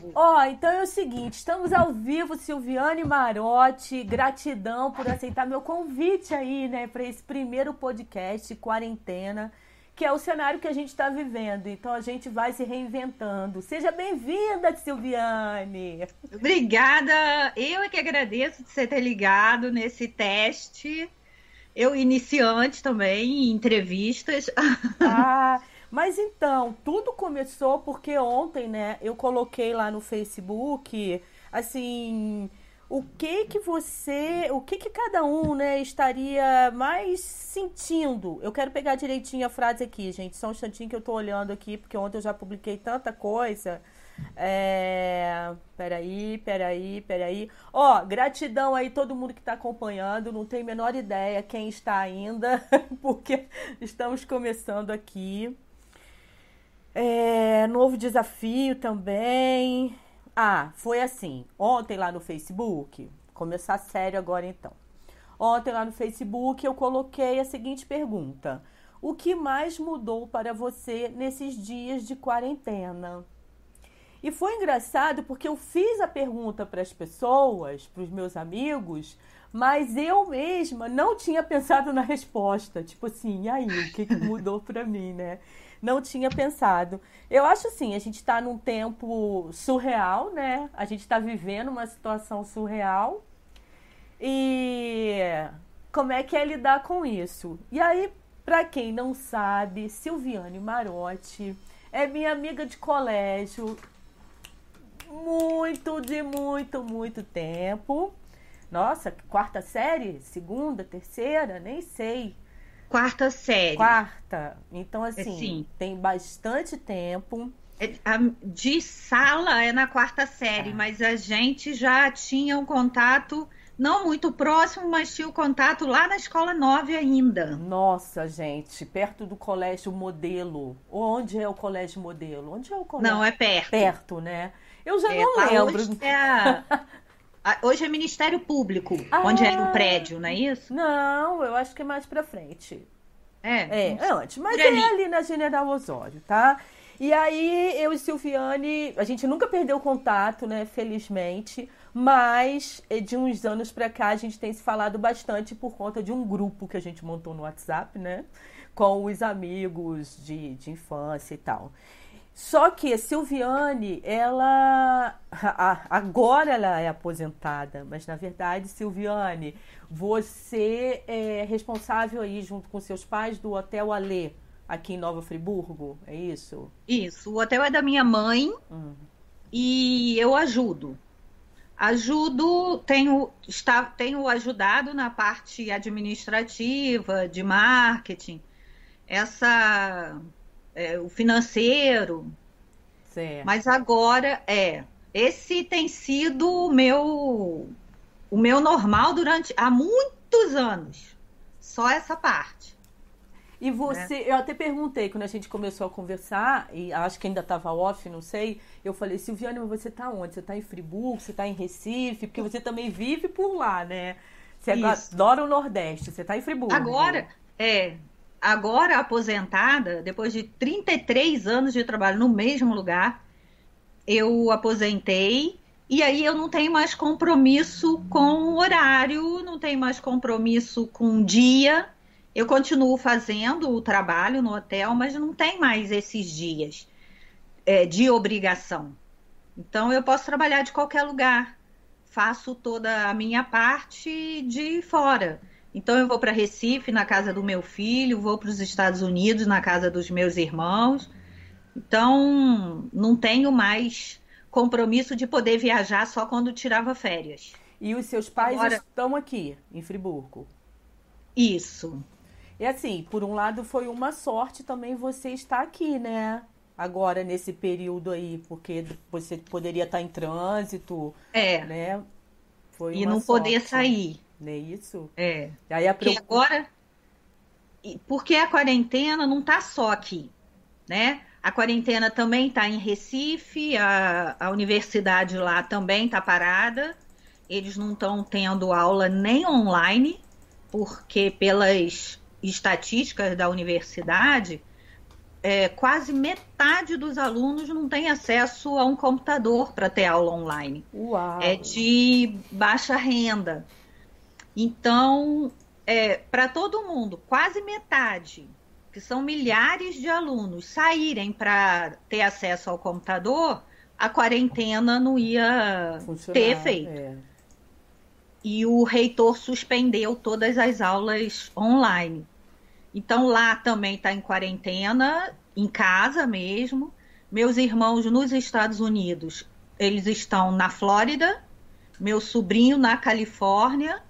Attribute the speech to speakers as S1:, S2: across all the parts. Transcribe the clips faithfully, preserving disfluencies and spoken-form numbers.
S1: Ó, então é o seguinte, estamos ao vivo, Silviane Marotti, gratidão por aceitar meu convite aí, né, para esse primeiro podcast Quarentena, que é o cenário que a gente está vivendo, então a gente vai se reinventando. Seja bem-vinda, Silviane!
S2: Obrigada, eu é que agradeço de você ter ligado nesse teste, eu iniciante também em entrevistas.
S1: Ah, mas então, tudo começou porque ontem, né, eu coloquei lá no Facebook, assim, o que que você, o que que cada um, né, estaria mais sentindo. Eu quero pegar direitinho a frase aqui, gente, só um instantinho que eu tô olhando aqui, porque ontem eu já publiquei tanta coisa. É... Peraí, peraí, peraí. Ó, gratidão aí todo mundo que tá acompanhando. Não tenho a menor ideia quem está ainda, porque estamos começando aqui. É, novo desafio também. Ah, foi assim. Ontem lá no Facebook, começar sério agora então. Ontem lá no Facebook eu coloquei a seguinte pergunta: o que mais mudou para você nesses dias de quarentena? E foi engraçado porque eu fiz a pergunta para as pessoas, para os meus amigos, mas eu mesma não tinha pensado na resposta. Tipo assim, e aí, o que, que mudou para mim, né? Não tinha pensado. Eu acho assim, a gente está num tempo surreal, né? A gente está vivendo uma situação surreal. E como é que é lidar com isso? E aí, para quem não sabe, Silviane Marotti é minha amiga de colégio, muito, de muito, muito tempo. Nossa, quarta série? Segunda, terceira? Nem sei.
S2: Quarta série.
S1: Quarta. Então, assim,
S2: Sim.
S1: tem bastante tempo.
S2: É, a, de sala é na quarta série,
S1: Ah.
S2: mas a gente já tinha um contato, não muito próximo, mas tinha o um contato lá na escola nove ainda.
S1: Nossa, gente, perto do colégio Modelo. Onde é o colégio Modelo? Onde é o colégio?
S2: Não, é perto.
S1: Perto, né? Eu já
S2: É,
S1: não lembro.
S2: Hoje é, a, a, hoje é Ministério Público,
S1: Ah,
S2: onde era o prédio, não é isso?
S1: Não, eu acho que é mais pra frente.
S2: É,
S1: É, é antes, mas
S2: por
S1: é
S2: ali.
S1: ali na General Osório, tá? E aí, eu e Silviane, a gente nunca perdeu contato, né, felizmente, mas de uns anos pra cá a gente tem se falado bastante por conta de um grupo que a gente montou no WhatsApp, né, com os amigos de, de infância e tal. Só que a Silviane, ela agora ela é aposentada, mas na verdade, Silviane, você é responsável aí junto com seus pais do Hotel Alê, aqui em Nova Friburgo, é isso?
S2: Isso, o hotel é da minha mãe
S1: Hum.
S2: e eu ajudo. Ajudo, tenho, está, tenho ajudado na parte administrativa, de marketing, essa, é, o financeiro,
S1: Certo.
S2: mas agora é, esse tem sido o meu, o meu normal durante há muitos anos, só essa parte.
S1: E você,
S2: Né?
S1: eu até perguntei quando a gente começou a conversar, e acho que ainda estava off, não sei. Eu falei, Silviane, mas você tá onde? Você tá em Friburgo? Você tá em Recife? Porque você também vive por lá, né? Você
S2: Isso.
S1: adora o Nordeste, você tá em Friburgo.
S2: Agora, é, agora aposentada, depois de trinta e três anos de trabalho no mesmo lugar, eu aposentei e aí eu não tenho mais compromisso com o horário, não tenho mais compromisso com o dia. Eu continuo fazendo o trabalho no hotel, mas não tem mais esses dias é, de obrigação. Então eu posso trabalhar de qualquer lugar. Faço toda a minha parte de fora. Então eu vou para Recife, na casa do meu filho, vou para os Estados Unidos, na casa dos meus irmãos. Então não tenho mais compromisso de poder viajar só quando tirava férias.
S1: E os seus pais
S2: Agora,
S1: estão aqui, em Friburgo.
S2: isso.
S1: E assim, por um lado foi uma sorte também você estar aqui, né? Agora, nesse período aí, porque você poderia estar em trânsito,
S2: É.
S1: né? Foi
S2: E
S1: uma
S2: não
S1: sorte.
S2: poder sair.
S1: Não é isso?
S2: É.
S1: E aí a
S2: Porque
S1: preocup...
S2: agora, porque a quarentena não está só aqui, né? A quarentena também está em Recife, a, a universidade lá também está parada. Eles não estão tendo aula nem online, porque pelas estatísticas da universidade, é, quase metade dos alunos não tem acesso a um computador para ter aula online.
S1: Uau.
S2: É de baixa renda. Então, é, para todo mundo, quase metade, que são milhares de alunos, saírem para ter acesso ao computador, a quarentena não ia Funcionar, ter efeito. É. E o reitor suspendeu todas as aulas online. Então, lá também está em quarentena, em casa mesmo. Meus irmãos nos Estados Unidos, eles estão na Flórida, meu sobrinho na Califórnia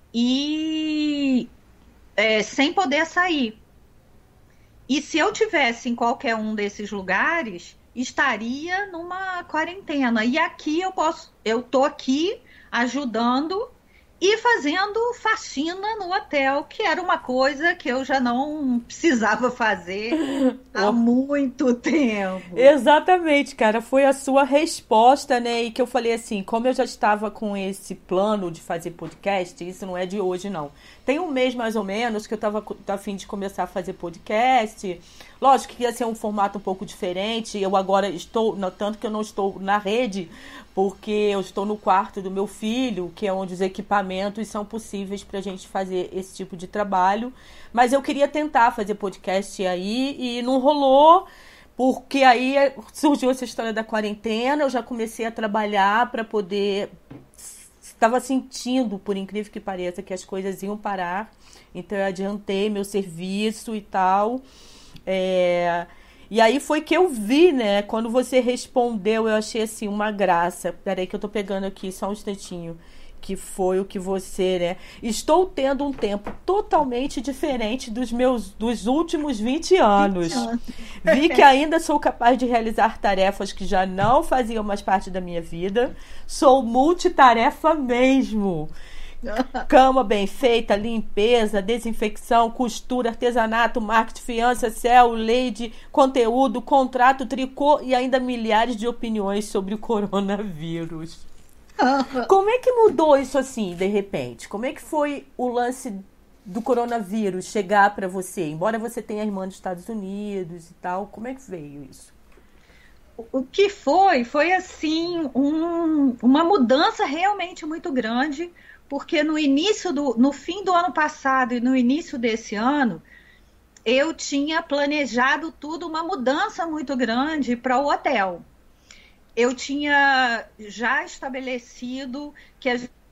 S2: e é, sem poder sair. E se eu tivesse em qualquer um desses lugares, estaria numa quarentena. E aqui eu posso, eu tô aqui ajudando e fazendo faxina no hotel, que era uma coisa que eu já não precisava fazer há muito tempo.
S1: Exatamente, cara. Foi a sua resposta, né? E que eu falei assim, como eu já estava com esse plano de fazer podcast, isso não é de hoje, não. Tem um mês, mais ou menos, que eu estava a fim de começar a fazer podcast. Lógico que ia ser um formato um pouco diferente. Eu agora estou, tanto que eu não estou na rede, porque eu estou no quarto do meu filho, que é onde os equipamentos são possíveis para a gente fazer esse tipo de trabalho. Mas eu queria tentar fazer podcast aí e não rolou, porque aí surgiu essa história da quarentena, eu já comecei a trabalhar para poder... Estava sentindo, por incrível que pareça, que as coisas iam parar, então eu adiantei meu serviço e tal. É... E aí foi que eu vi, né? Quando você respondeu, eu achei assim uma graça. Peraí que eu tô pegando aqui só um instantinho. Que foi o que você, né? Estou tendo um tempo totalmente diferente dos meus dos últimos vinte anos. Vi que ainda sou capaz de realizar tarefas que já não faziam mais parte da minha vida. Sou multitarefa mesmo. Cama bem feita, limpeza, desinfecção, costura, artesanato, marketing, fiança, C E O, lei de conteúdo, contrato, tricô e ainda milhares de opiniões sobre o coronavírus. Como é que mudou isso assim, de repente? Como é que foi o lance do coronavírus chegar para você? Embora você tenha irmã dos Estados Unidos e tal, como é que veio isso?
S2: O que foi, foi assim, um, uma mudança realmente muito grande, porque no início do, no fim do ano passado e no início desse ano, eu tinha planejado tudo, uma mudança muito grande para o hotel. Eu tinha já estabelecido que a gente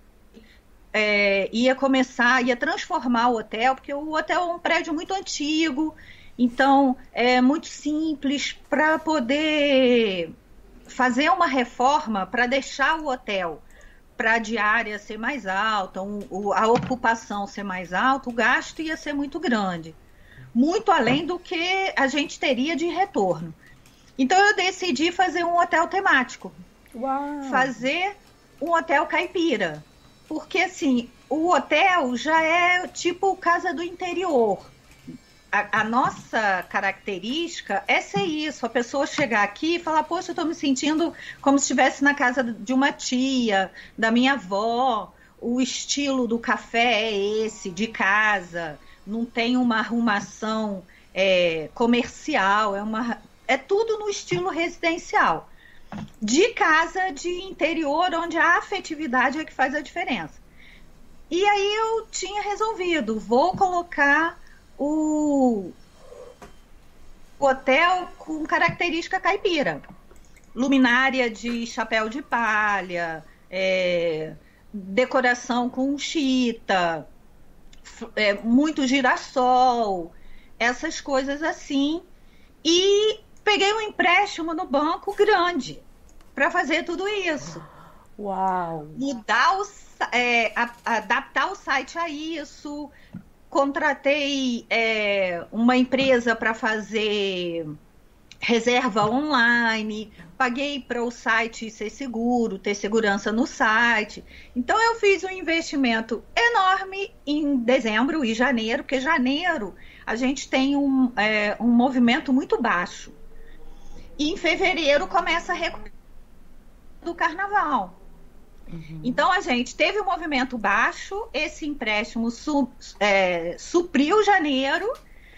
S2: é, ia começar, ia transformar o hotel, porque o hotel é um prédio muito antigo, então é muito simples para poder fazer uma reforma para deixar o hotel, para a diária ser mais alta, um, a ocupação ser mais alta, o gasto ia ser muito grande, muito além do que a gente teria de retorno. Então eu decidi fazer um hotel temático.
S1: Uau.
S2: Fazer um hotel caipira. Porque assim, o hotel já é tipo casa do interior. A, a nossa característica é ser isso. A pessoa chegar aqui e falar, poxa, eu estou me sentindo como se estivesse na casa de uma tia, da minha avó. O estilo do café é esse, de casa. Não tem uma arrumação é, comercial, é uma... É tudo no estilo residencial. De casa de interior, onde a afetividade é que faz a diferença. E aí eu tinha resolvido, vou colocar o hotel com característica caipira. Luminária de chapéu de palha, é, decoração com chita, é, muito girassol, essas coisas assim. E peguei um empréstimo no banco grande para fazer tudo isso.
S1: Uau!
S2: Mudar o, é, a, adaptar o site a isso. Contratei é, uma empresa para fazer reserva online. Paguei para o site ser seguro, ter segurança no site. Então eu fiz um investimento enorme em dezembro e janeiro, porque janeiro a gente tem um, é, um movimento muito baixo. E em fevereiro começa a recuperar do carnaval. Uhum. Então a gente teve um movimento baixo, esse empréstimo su, é, supriu janeiro,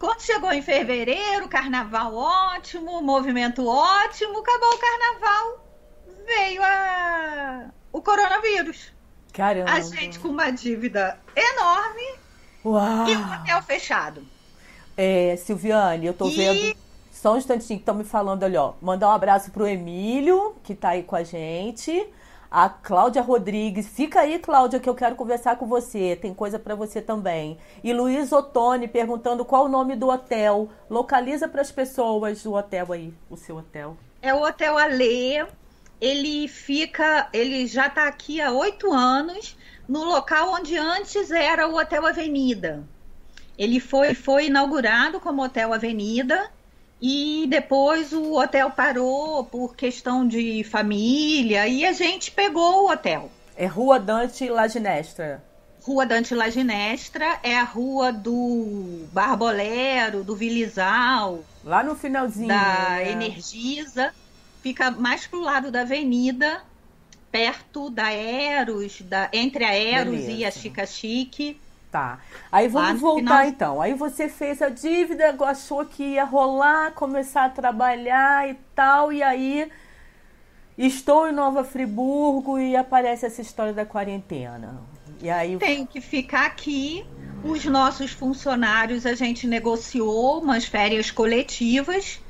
S2: Quando chegou em fevereiro, carnaval ótimo, movimento ótimo, acabou o carnaval, veio a... o coronavírus.
S1: Caramba.
S2: A gente com uma dívida enorme.
S1: Uau.
S2: E o hotel fechado.
S1: É, Silviane, eu tô
S2: e...
S1: vendo... Só um instantinho que estão me falando ali, ó. Mandar um abraço pro Emílio, que tá aí com a gente. A Cláudia Rodrigues. Fica aí, Cláudia, que eu quero conversar com você. Tem coisa para você também. E Luiz Ottoni perguntando qual o nome do hotel. Localiza para as pessoas o hotel aí, o seu hotel.
S2: É o Hotel Alê. Ele fica... Ele já tá aqui há oito anos, no local onde antes era o Hotel Avenida. Ele foi, foi inaugurado como Hotel Avenida... E depois o hotel parou por questão de família e a gente pegou o hotel.
S1: É Rua Dante Laginestra.
S2: Rua Dante Laginestra é a rua do Barbolero, do Vilizal.
S1: Lá no finalzinho.
S2: Da
S1: né?
S2: Energisa. Fica mais pro lado da avenida, perto da Eros, da, entre a Eros Beleza. E a Chica Chique.
S1: Tá. Aí vamos voltar final... então. Aí você fez a dívida, achou que ia rolar, começar a trabalhar e tal, e aí estou em Nova Friburgo e aparece essa história da quarentena. E aí
S2: tem que ficar aqui. Os nossos funcionários, a gente negociou umas férias coletivas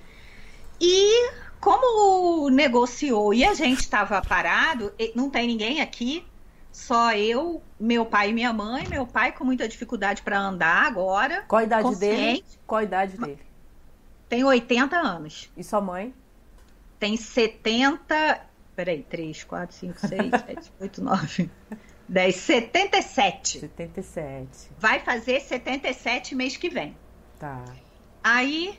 S2: e como negociou e a gente estava parado, não tem ninguém aqui. Só eu, meu pai e minha mãe. Meu pai com muita dificuldade para andar agora.
S1: Qual a idade
S2: consciente.
S1: dele? Qual a idade dele?
S2: Tem oitenta anos.
S1: E sua mãe?
S2: Tem setenta... Peraí, três, quatro, cinco, seis, sete, oito, nove, dez, setenta e sete.
S1: setenta e sete.
S2: Vai fazer setenta e sete mês que vem.
S1: Tá.
S2: Aí,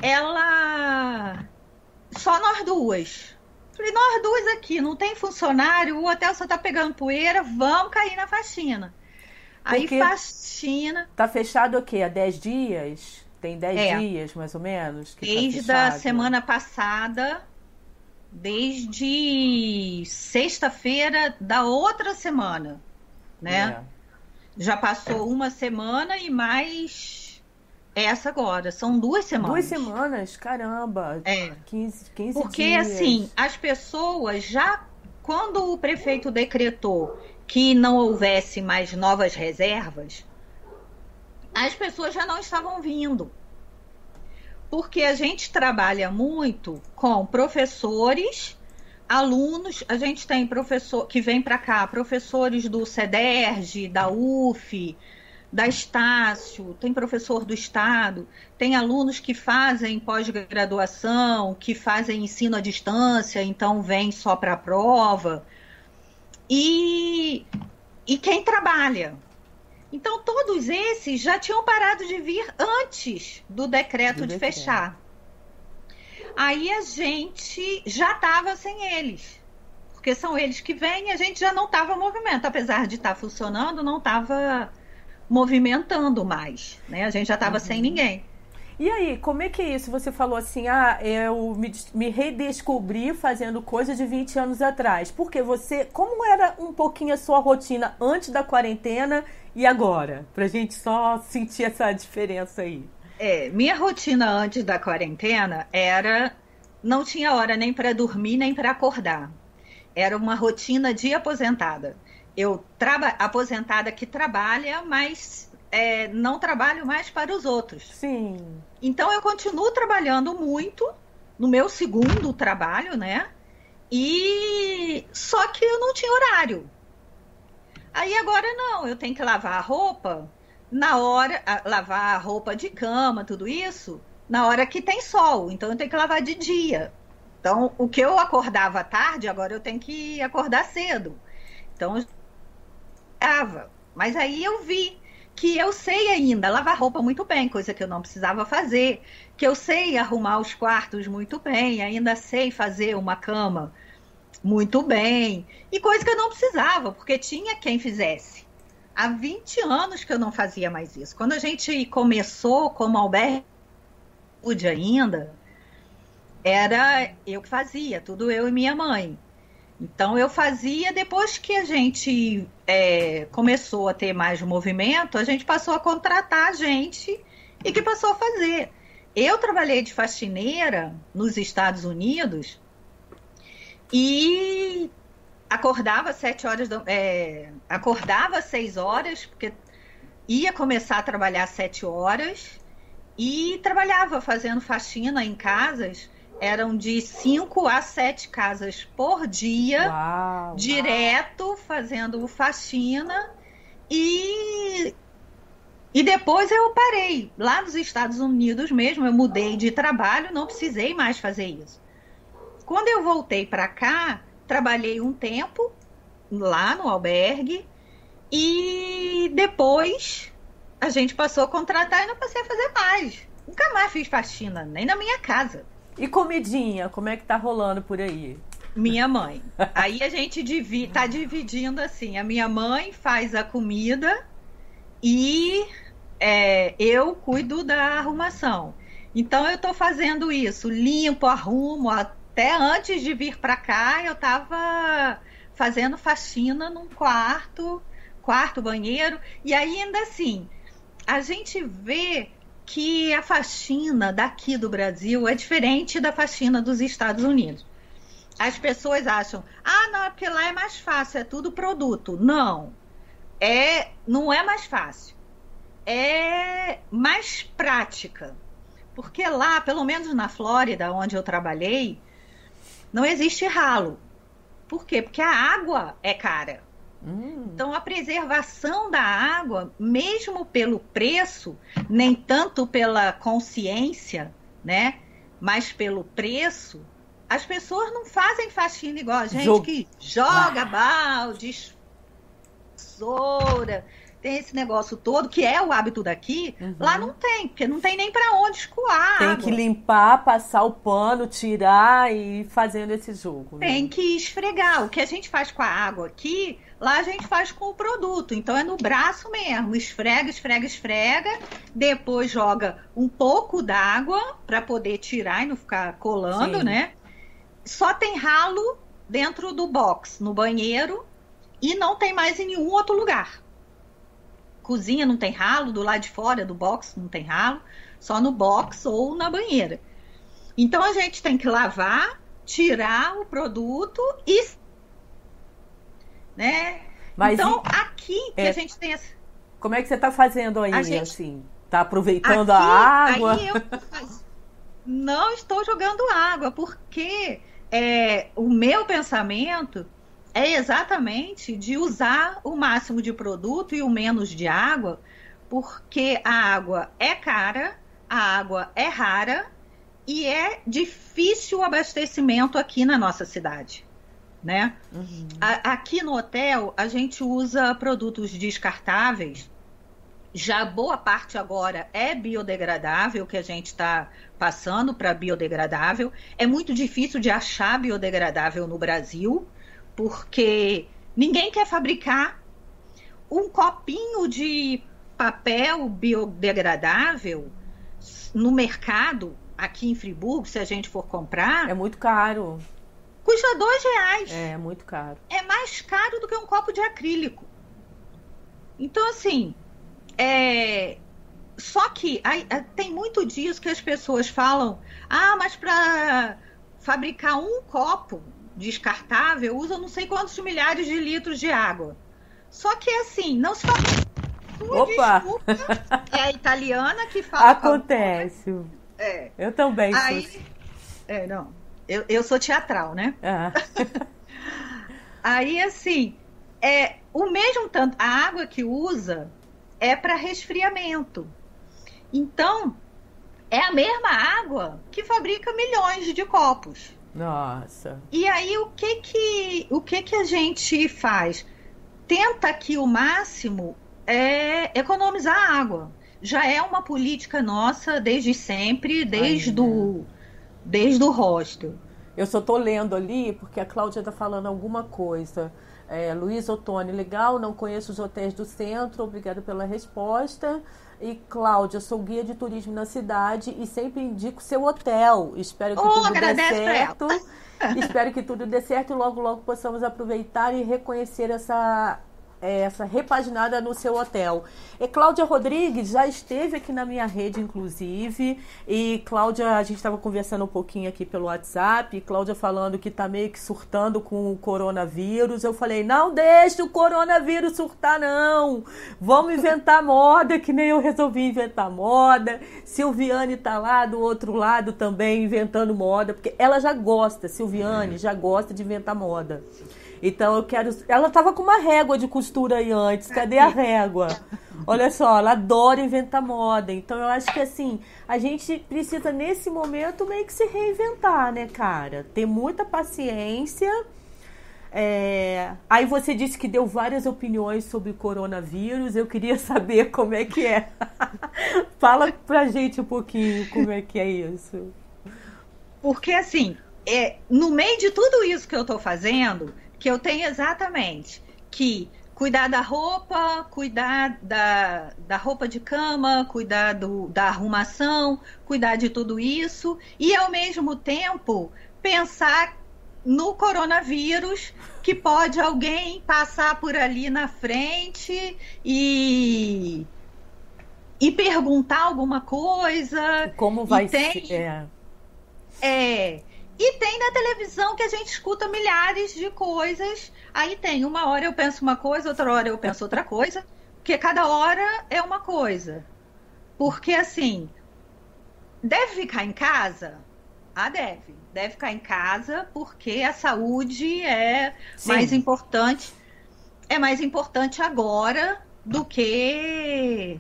S2: ela... Só nós duas. Falei, nós duas aqui, não tem funcionário, o hotel só tá pegando poeira, vamos cair na faxina. Aí
S1: Porque
S2: faxina...
S1: Tá fechado o quê? Há dez dias? Tem dez
S2: é.
S1: dias, mais ou menos? Que
S2: desde
S1: tá
S2: a semana passada, desde sexta-feira da outra semana, né? É. Já passou uma semana e mais... Essa agora, são duas semanas.
S1: Duas semanas? Caramba.
S2: É.
S1: quinze, quinze
S2: Porque,
S1: dias.
S2: assim, as pessoas já... Quando o prefeito decretou que não houvesse mais novas reservas, as pessoas já não estavam vindo. Porque a gente trabalha muito com professores, alunos. A gente tem professor que vem para cá, professores do CEDERJ, da U F... da Estácio, tem professor do Estado, tem alunos que fazem pós-graduação, que fazem ensino à distância, então vem só para a prova, e, e quem trabalha. Então, todos esses já tinham parado de vir antes do decreto do de decreto. Fechar. Aí a gente já estava sem eles, porque são eles que vêm e a gente já não estava em movimento, apesar de estar funcionando, não estava... movimentando mais, né? A gente já estava uhum. sem ninguém.
S1: E aí, como é que é isso? Você falou assim, ah, eu me, me redescobri fazendo coisa de vinte anos atrás. Porque você, como era um pouquinho a sua rotina antes da quarentena e agora? Pra gente só sentir essa diferença aí.
S2: É, minha rotina antes da quarentena era, não tinha hora nem para dormir, nem para acordar. Era uma rotina de aposentada. Eu traba... aposentada que trabalha, mas é, não trabalho mais para os outros.
S1: Sim.
S2: Então eu continuo trabalhando muito no meu segundo trabalho, né? E só que eu não tinha horário. Aí agora não, eu tenho que lavar a roupa na hora, lavar a roupa de cama, tudo isso, na hora que tem sol. Então eu tenho que lavar de dia. Então o que eu acordava à tarde, agora eu tenho que acordar cedo. Então mas aí eu vi que eu sei ainda lavar roupa muito bem, coisa que eu não precisava fazer, que eu sei arrumar os quartos muito bem, ainda sei fazer uma cama muito bem, e coisa que eu não precisava, porque tinha quem fizesse. Há vinte anos que eu não fazia mais isso. Quando a gente começou como albergue ainda, era eu que fazia, tudo eu e minha mãe. Então, eu fazia, depois que a gente é, começou a ter mais movimento, a gente passou a contratar gente e que passou a fazer. Eu trabalhei de faxineira nos Estados Unidos e acordava sete horas, do, é, acordava às seis horas, porque ia começar a trabalhar às sete horas e trabalhava fazendo faxina em casas. Eram de cinco a sete casas por dia,
S1: Uau,
S2: direto, uau. Fazendo faxina. E, e depois eu parei. Lá nos Estados Unidos mesmo, eu mudei de trabalho, não precisei mais fazer isso. Quando eu voltei para cá, trabalhei um tempo lá no albergue e depois a gente passou a contratar e não passei a fazer mais. Nunca mais fiz faxina, nem na minha casa.
S1: E comidinha, como é que tá rolando por aí?
S2: Minha mãe. Aí a gente divi- tá dividindo assim. A minha mãe faz a comida e é, eu cuido da arrumação. Então eu tô fazendo isso, limpo, arrumo. Até antes de vir para cá, eu tava fazendo faxina num quarto, quarto, banheiro. E ainda assim, a gente vê que a faxina daqui do Brasil é diferente da faxina dos Estados Unidos. As pessoas acham, ah, não, é porque lá é mais fácil, é tudo produto. Não, é, não é mais fácil. É mais prática. Porque lá, pelo menos na Flórida, onde eu trabalhei, não existe ralo. Por quê? Porque a água é cara. Hum. Então, a preservação da água, mesmo pelo preço, nem tanto pela consciência, né? Mas pelo preço, as pessoas não fazem faxina igual a gente, Jog... que joga balde, tesoura, tem esse negócio todo, que é o hábito daqui. Uhum. Lá não tem, porque não tem nem para onde escoar.
S1: Tem
S2: água.
S1: Que limpar, passar o pano, tirar e ir fazendo esse jogo. Né?
S2: Tem que esfregar. O que a gente faz com a água aqui, lá a gente faz com o produto. Então é no braço mesmo. Esfrega, esfrega, esfrega. Depois joga um pouco d'água para poder tirar e não ficar colando, Sim. né? Só tem ralo dentro do box, no banheiro, e não tem mais em nenhum outro lugar. Cozinha não tem ralo, do lado de fora do box não tem ralo, só no box ou na banheira. Então a gente tem que lavar, tirar o produto e... né? Mas então e... aqui que é... a gente tem essa...
S1: Como é que você está fazendo aí, gente... assim? Tá aproveitando
S2: aqui,
S1: a água?
S2: Aí eu não estou jogando água, porque é, o meu pensamento é exatamente de usar o máximo de produto e o menos de água, porque a água é cara, a água é rara e é difícil o abastecimento aqui na nossa cidade, né? Uhum. A, aqui no hotel a gente usa produtos descartáveis. Já boa parte agora é biodegradável, que a gente está passando para biodegradável. É muito difícil de achar biodegradável no Brasil, porque ninguém quer fabricar um copinho de papel biodegradável no mercado, aqui em Friburgo, se a gente for comprar...
S1: É muito caro.
S2: Custa dois reais.
S1: É, muito caro.
S2: É mais caro do que um copo de acrílico. Então, assim... É... Só que aí, tem muito disso que as pessoas falam, ah, mas para fabricar um copo descartável usa não sei quantos milhares de litros de água. Só que assim, não se fala.
S1: Opa!
S2: Desculpa, é a italiana que fala.
S1: Acontece.
S2: É.
S1: Eu também
S2: aí,
S1: sou.
S2: É, não. Eu, eu sou teatral, né?
S1: Ah.
S2: Aí, assim, é, o mesmo tanto, a água que usa é para resfriamento. Então, é a mesma água que fabrica milhões de copos.
S1: Nossa.
S2: E aí, o que que, o que que a gente faz? Tenta aqui o máximo é economizar água. Já é uma política nossa desde sempre, desde o desde o hostel.
S1: Eu só tô lendo ali porque a Cláudia tá falando alguma coisa. É, Luiz Ottoni, legal, não conheço os hotéis do centro, obrigada pela resposta. E Cláudia, sou guia de turismo na cidade e sempre indico seu hotel. Espero que
S2: oh,
S1: tudo dê certo. Espero que tudo dê certo e logo, logo possamos aproveitar e reconhecer essa é, essa repaginada no seu hotel. E Cláudia Rodrigues já esteve aqui na minha rede, inclusive, e Cláudia, a gente estava conversando um pouquinho aqui pelo WhatsApp, e Cláudia falando que tá meio que surtando com o coronavírus. Eu falei, não deixe o coronavírus surtar, não. Vamos inventar moda, que nem eu resolvi inventar moda. Silviane tá lá do outro lado também inventando moda, porque ela já gosta, Silviane já gosta de inventar moda. Então eu quero... Ela tava com uma régua de costura aí antes. Cadê a régua? Olha só, ela adora inventar moda. Então eu acho que assim, a gente precisa nesse momento meio que se reinventar, né, cara? Ter muita paciência. É... Aí você disse que deu várias opiniões sobre o coronavírus. Eu queria saber como é que é. Fala pra gente um pouquinho como é que é isso.
S2: Porque assim, é, no meio de tudo isso que eu tô fazendo... que eu tenho exatamente que cuidar da roupa, cuidar da, da roupa de cama, cuidar do, da arrumação, cuidar de tudo isso e, ao mesmo tempo, pensar no coronavírus, que pode alguém passar por ali na frente e, e perguntar alguma coisa.
S1: Como vai
S2: tem,
S1: ser? É...
S2: é E tem na televisão que a gente escuta milhares de coisas. Aí tem, uma hora eu penso uma coisa, outra hora eu penso outra coisa. Porque cada hora é uma coisa. Porque, assim, deve ficar em casa? Ah, deve. Deve ficar em casa porque a saúde é Sim. mais importante. É mais importante agora do que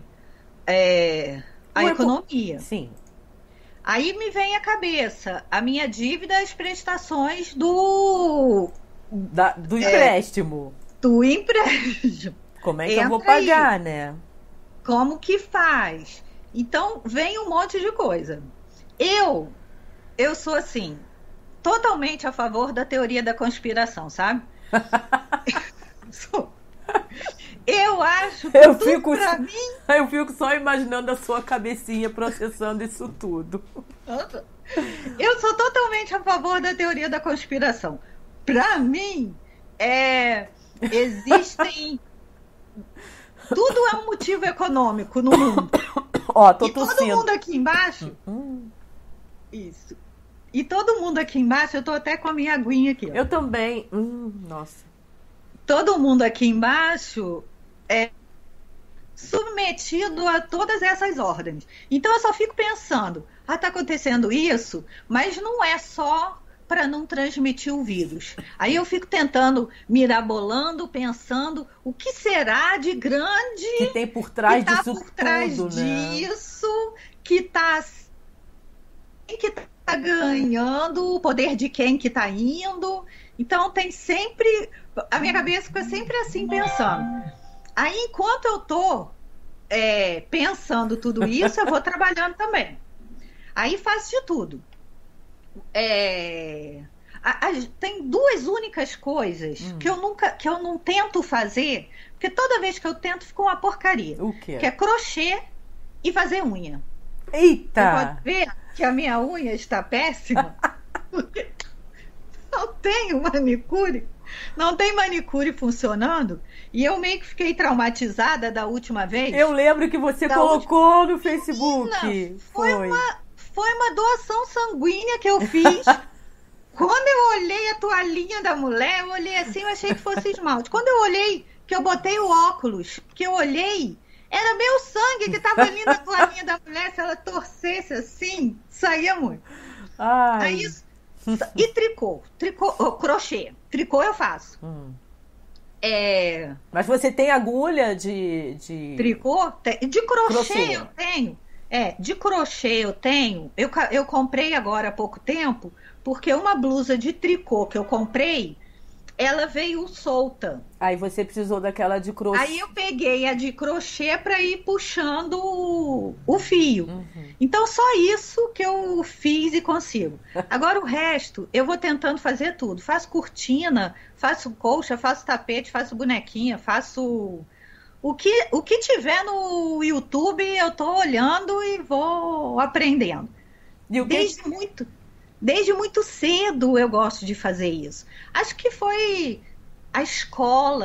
S2: é, a
S1: Uma
S2: economia.
S1: Sim.
S2: Aí me vem à cabeça a minha dívida, as prestações do...
S1: Da, do empréstimo.
S2: É, do empréstimo.
S1: Como é que Entra eu vou pagar, aí. né?
S2: Como que faz? Então, vem um monte de coisa. Eu, eu sou assim, totalmente a favor da teoria da conspiração, sabe? sou... Eu acho que
S1: eu
S2: tudo
S1: fico,
S2: pra mim...
S1: Eu fico só imaginando a sua cabecinha processando isso tudo.
S2: Eu sou totalmente a favor da teoria da conspiração. Pra mim, é, existem... Tudo é um motivo econômico no mundo.
S1: Ó, tô
S2: e
S1: tossindo.
S2: todo mundo aqui embaixo... Hum. Isso. E todo mundo aqui embaixo, eu tô até com a minha aguinha aqui. Ó.
S1: Eu também. Hum, nossa.
S2: Todo mundo aqui embaixo é submetido a todas essas ordens. Então eu só fico pensando, ah, tá acontecendo isso, mas não é só para não transmitir o vírus. Aí eu fico tentando, mirabolando, pensando o que será de grande
S1: que tem por trás
S2: que tá
S1: disso
S2: por trás
S1: tudo,
S2: disso, né? que tá que tá ganhando, o poder de quem que tá indo. Então tem sempre... A minha cabeça fica sempre assim, pensando. Aí, enquanto eu tô é, pensando tudo isso, eu vou trabalhando também. Aí faço de tudo. É, a, a, tem duas únicas coisas hum. que eu nunca, que eu não tento fazer, porque toda vez que eu tento fica uma porcaria.
S1: O quê?
S2: Que é crochê e fazer unha.
S1: Eita!
S2: Você pode ver que a minha unha está péssima. Porque não tenho manicure. Não tem manicure funcionando. E eu meio que fiquei traumatizada da última vez.
S1: Eu lembro que você colocou última... no Facebook.
S2: Menina, foi, foi. Uma, foi uma doação sanguínea que eu fiz. Quando eu olhei a toalhinha da mulher, eu olhei assim, eu achei que fosse esmalte. Quando eu olhei, que eu botei o óculos, que eu olhei, era meu sangue que estava ali na toalhinha da mulher. Se ela torcesse assim, saía muito.
S1: Ai.
S2: Aí, e tricô, tricô, oh, crochê. Tricô eu faço. Hum. É...
S1: Mas você tem agulha de... de...
S2: Tricô? De crochê,
S1: crochê
S2: eu tenho. É, de crochê eu tenho. Eu, eu comprei agora há pouco tempo, porque uma blusa de tricô que eu comprei, ela veio solta.
S1: Aí você precisou daquela de crochê.
S2: Aí eu peguei a de crochê para ir puxando o, o fio. Uhum. Então só isso que eu fiz e consigo. Agora o resto, eu vou tentando fazer tudo. Faço cortina, faço colcha, faço tapete, faço bonequinha, faço... O que, o que tiver no YouTube, eu tô olhando e vou aprendendo.
S1: E o que...
S2: Desde muito... Desde muito cedo eu gosto de fazer isso. Acho que foi a escola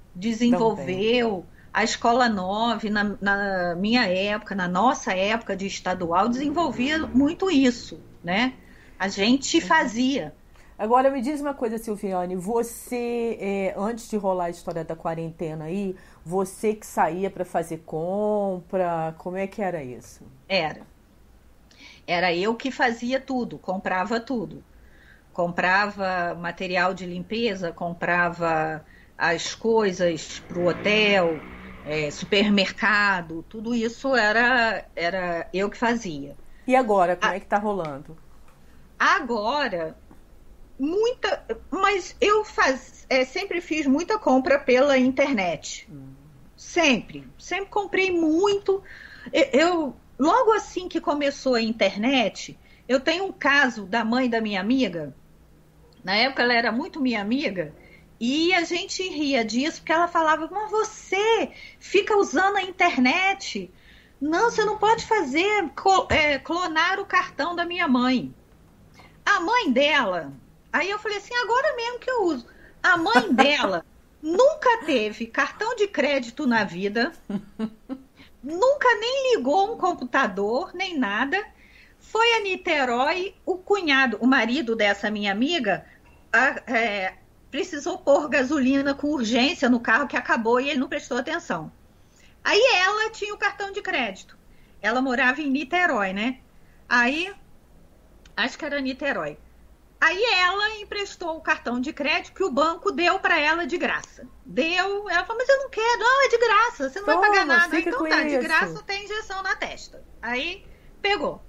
S2: desenvolveu. Também. A Escola nove, na, na minha época, na nossa época de estadual, desenvolvia muito isso, né? A gente fazia.
S1: Agora, me diz uma coisa, Silviane, você, é, antes de rolar a história da quarentena aí, você que saía para fazer compra, como é que era isso?
S2: Era. Era eu que fazia tudo, comprava tudo. Comprava material de limpeza, comprava as coisas para o hotel, é, supermercado, tudo isso era, era eu que fazia.
S1: E agora, como A... é que tá rolando?
S2: Agora, muita... Mas eu faz, é, sempre fiz muita compra pela internet. Hum. Sempre. Sempre comprei muito. Eu, eu, logo assim que começou a internet, eu tenho um caso da mãe da minha amiga. Na época ela era muito minha amiga. E a gente ria disso, porque ela falava, mas você fica usando a internet. Não, você não pode fazer, é, clonar o cartão da minha mãe. A mãe dela, aí eu falei assim, agora mesmo que eu uso. A mãe dela nunca teve cartão de crédito na vida, nunca nem ligou um computador, nem nada. Foi a Niterói, o cunhado, o marido dessa minha amiga, a, é, precisou pôr gasolina com urgência no carro que acabou e ele não prestou atenção. Aí ela tinha o cartão de crédito. Ela morava em Niterói, né? Aí, acho que era Niterói. Aí ela emprestou o cartão de crédito que o banco deu para ela de graça. Deu, ela falou, mas eu não quero. Não, é de graça, você não Toma, vai pagar nada. Então tá, de graça tem injeção na testa. Aí, pegou.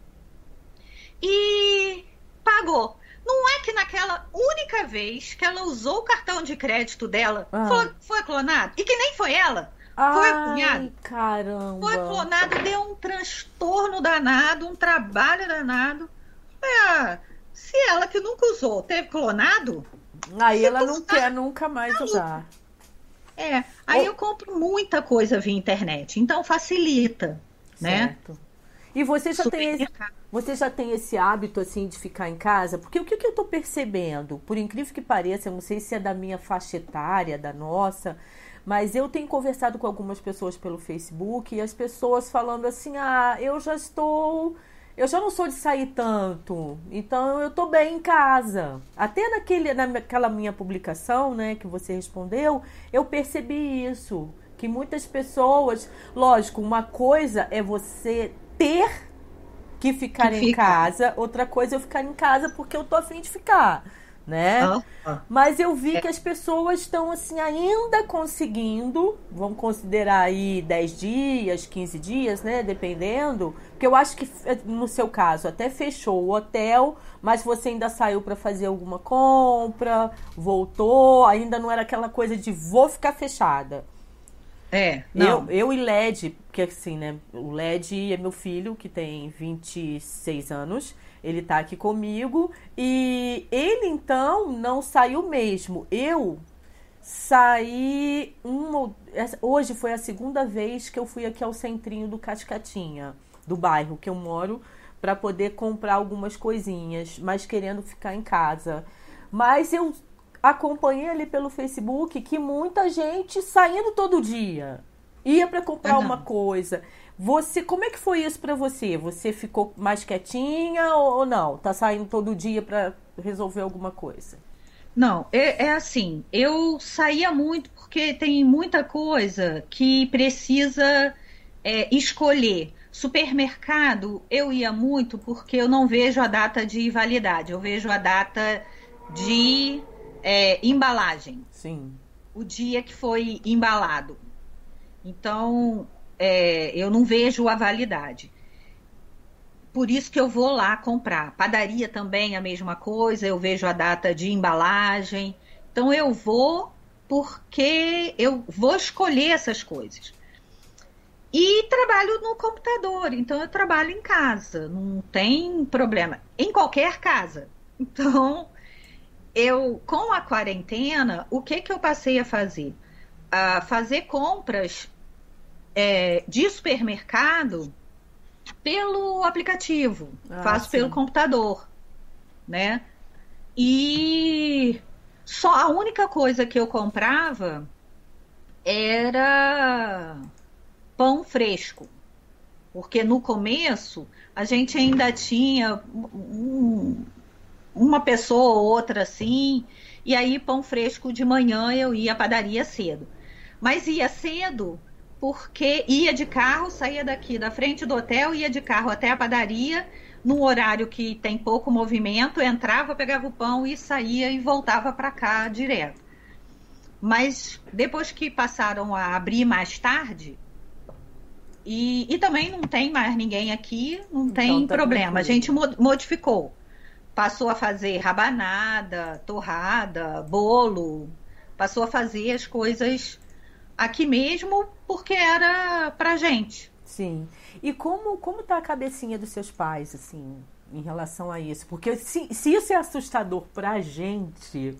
S2: E pagou. Não é que naquela única vez que ela usou o cartão de crédito dela, ah. foi, foi clonado? E que nem foi ela. Foi
S1: Ai, cunhado. Caramba.
S2: Foi clonado, deu um transtorno danado, um trabalho danado. É, se ela que nunca usou teve clonado...
S1: Aí ela não quer nunca mais usar.
S2: É, aí oh. eu compro muita coisa via internet, então facilita, certo. Né?
S1: E você já, tem esse, você já tem esse hábito, assim, de ficar em casa? Porque o que, que eu tô percebendo, por incrível que pareça, eu não sei se é da minha faixa etária, da nossa... Mas eu tenho conversado com algumas pessoas pelo Facebook e as pessoas falando assim, ah, eu já estou, eu já não sou de sair tanto, então eu estou bem em casa. Até naquele, naquela minha publicação, né, que você respondeu, eu percebi isso, que muitas pessoas, lógico, uma coisa é você ter que ficar que em casa, outra coisa é eu ficar em casa porque eu tô a fim de ficar. Né? Ah, ah. Mas eu vi é. que as pessoas estão assim ainda conseguindo, vamos considerar aí dez dias, quinze dias, né? Dependendo, porque eu acho que no seu caso até fechou o hotel, mas você ainda saiu para fazer alguma compra, voltou, ainda não era aquela coisa de vou ficar fechada.
S2: É, não.
S1: Eu, eu e Led, porque assim, né? O Led é meu filho que tem vinte e seis anos. Ele tá aqui comigo e ele, então, não saiu mesmo. Eu saí... Um, hoje foi a segunda vez que eu fui aqui ao centrinho do Cascatinha, do bairro que eu moro, para poder comprar algumas coisinhas, mas querendo ficar em casa. Mas eu acompanhei ali pelo Facebook que muita gente saindo todo dia. Ia para comprar uhum. uma coisa... Você, como é que foi isso pra você? Você ficou mais quietinha ou não? Tá saindo todo dia pra resolver alguma coisa?
S2: Não, é, é assim, eu saía muito porque tem muita coisa que precisa é, escolher. Supermercado, eu ia muito porque eu não vejo a data de validade, eu vejo a data de é, embalagem.
S1: Sim.
S2: O dia que foi embalado. Então... É, eu não vejo a validade. Por isso que eu vou lá comprar. Padaria também a mesma coisa, eu vejo a data de embalagem. Então eu vou porque eu vou escolher essas coisas. E trabalho no computador, então eu trabalho em casa, não tem problema. Em qualquer casa. Então, eu com a quarentena, o que, que eu passei a fazer? A fazer compras... É, de supermercado pelo aplicativo, ah, faço sim. pelo computador, né? E só a única coisa que eu comprava era pão fresco. Porque no começo a gente ainda tinha um, uma pessoa ou outra assim, e aí pão fresco de manhã eu ia à padaria cedo. Mas ia cedo porque ia de carro, saía daqui da frente do hotel, ia de carro até a padaria, num horário que tem pouco movimento, entrava, pegava o pão e saía e voltava para cá direto. Mas depois que passaram a abrir mais tarde, e, e também não tem mais ninguém aqui, não tem
S1: Então tá
S2: problema. A
S1: tranquilo.
S2: gente modificou. Passou a fazer rabanada, torrada, bolo, passou a fazer as coisas aqui mesmo porque era pra gente.
S1: Sim. E como, como tá a cabecinha dos seus pais, assim, em relação a isso? Porque se, se isso é assustador pra gente,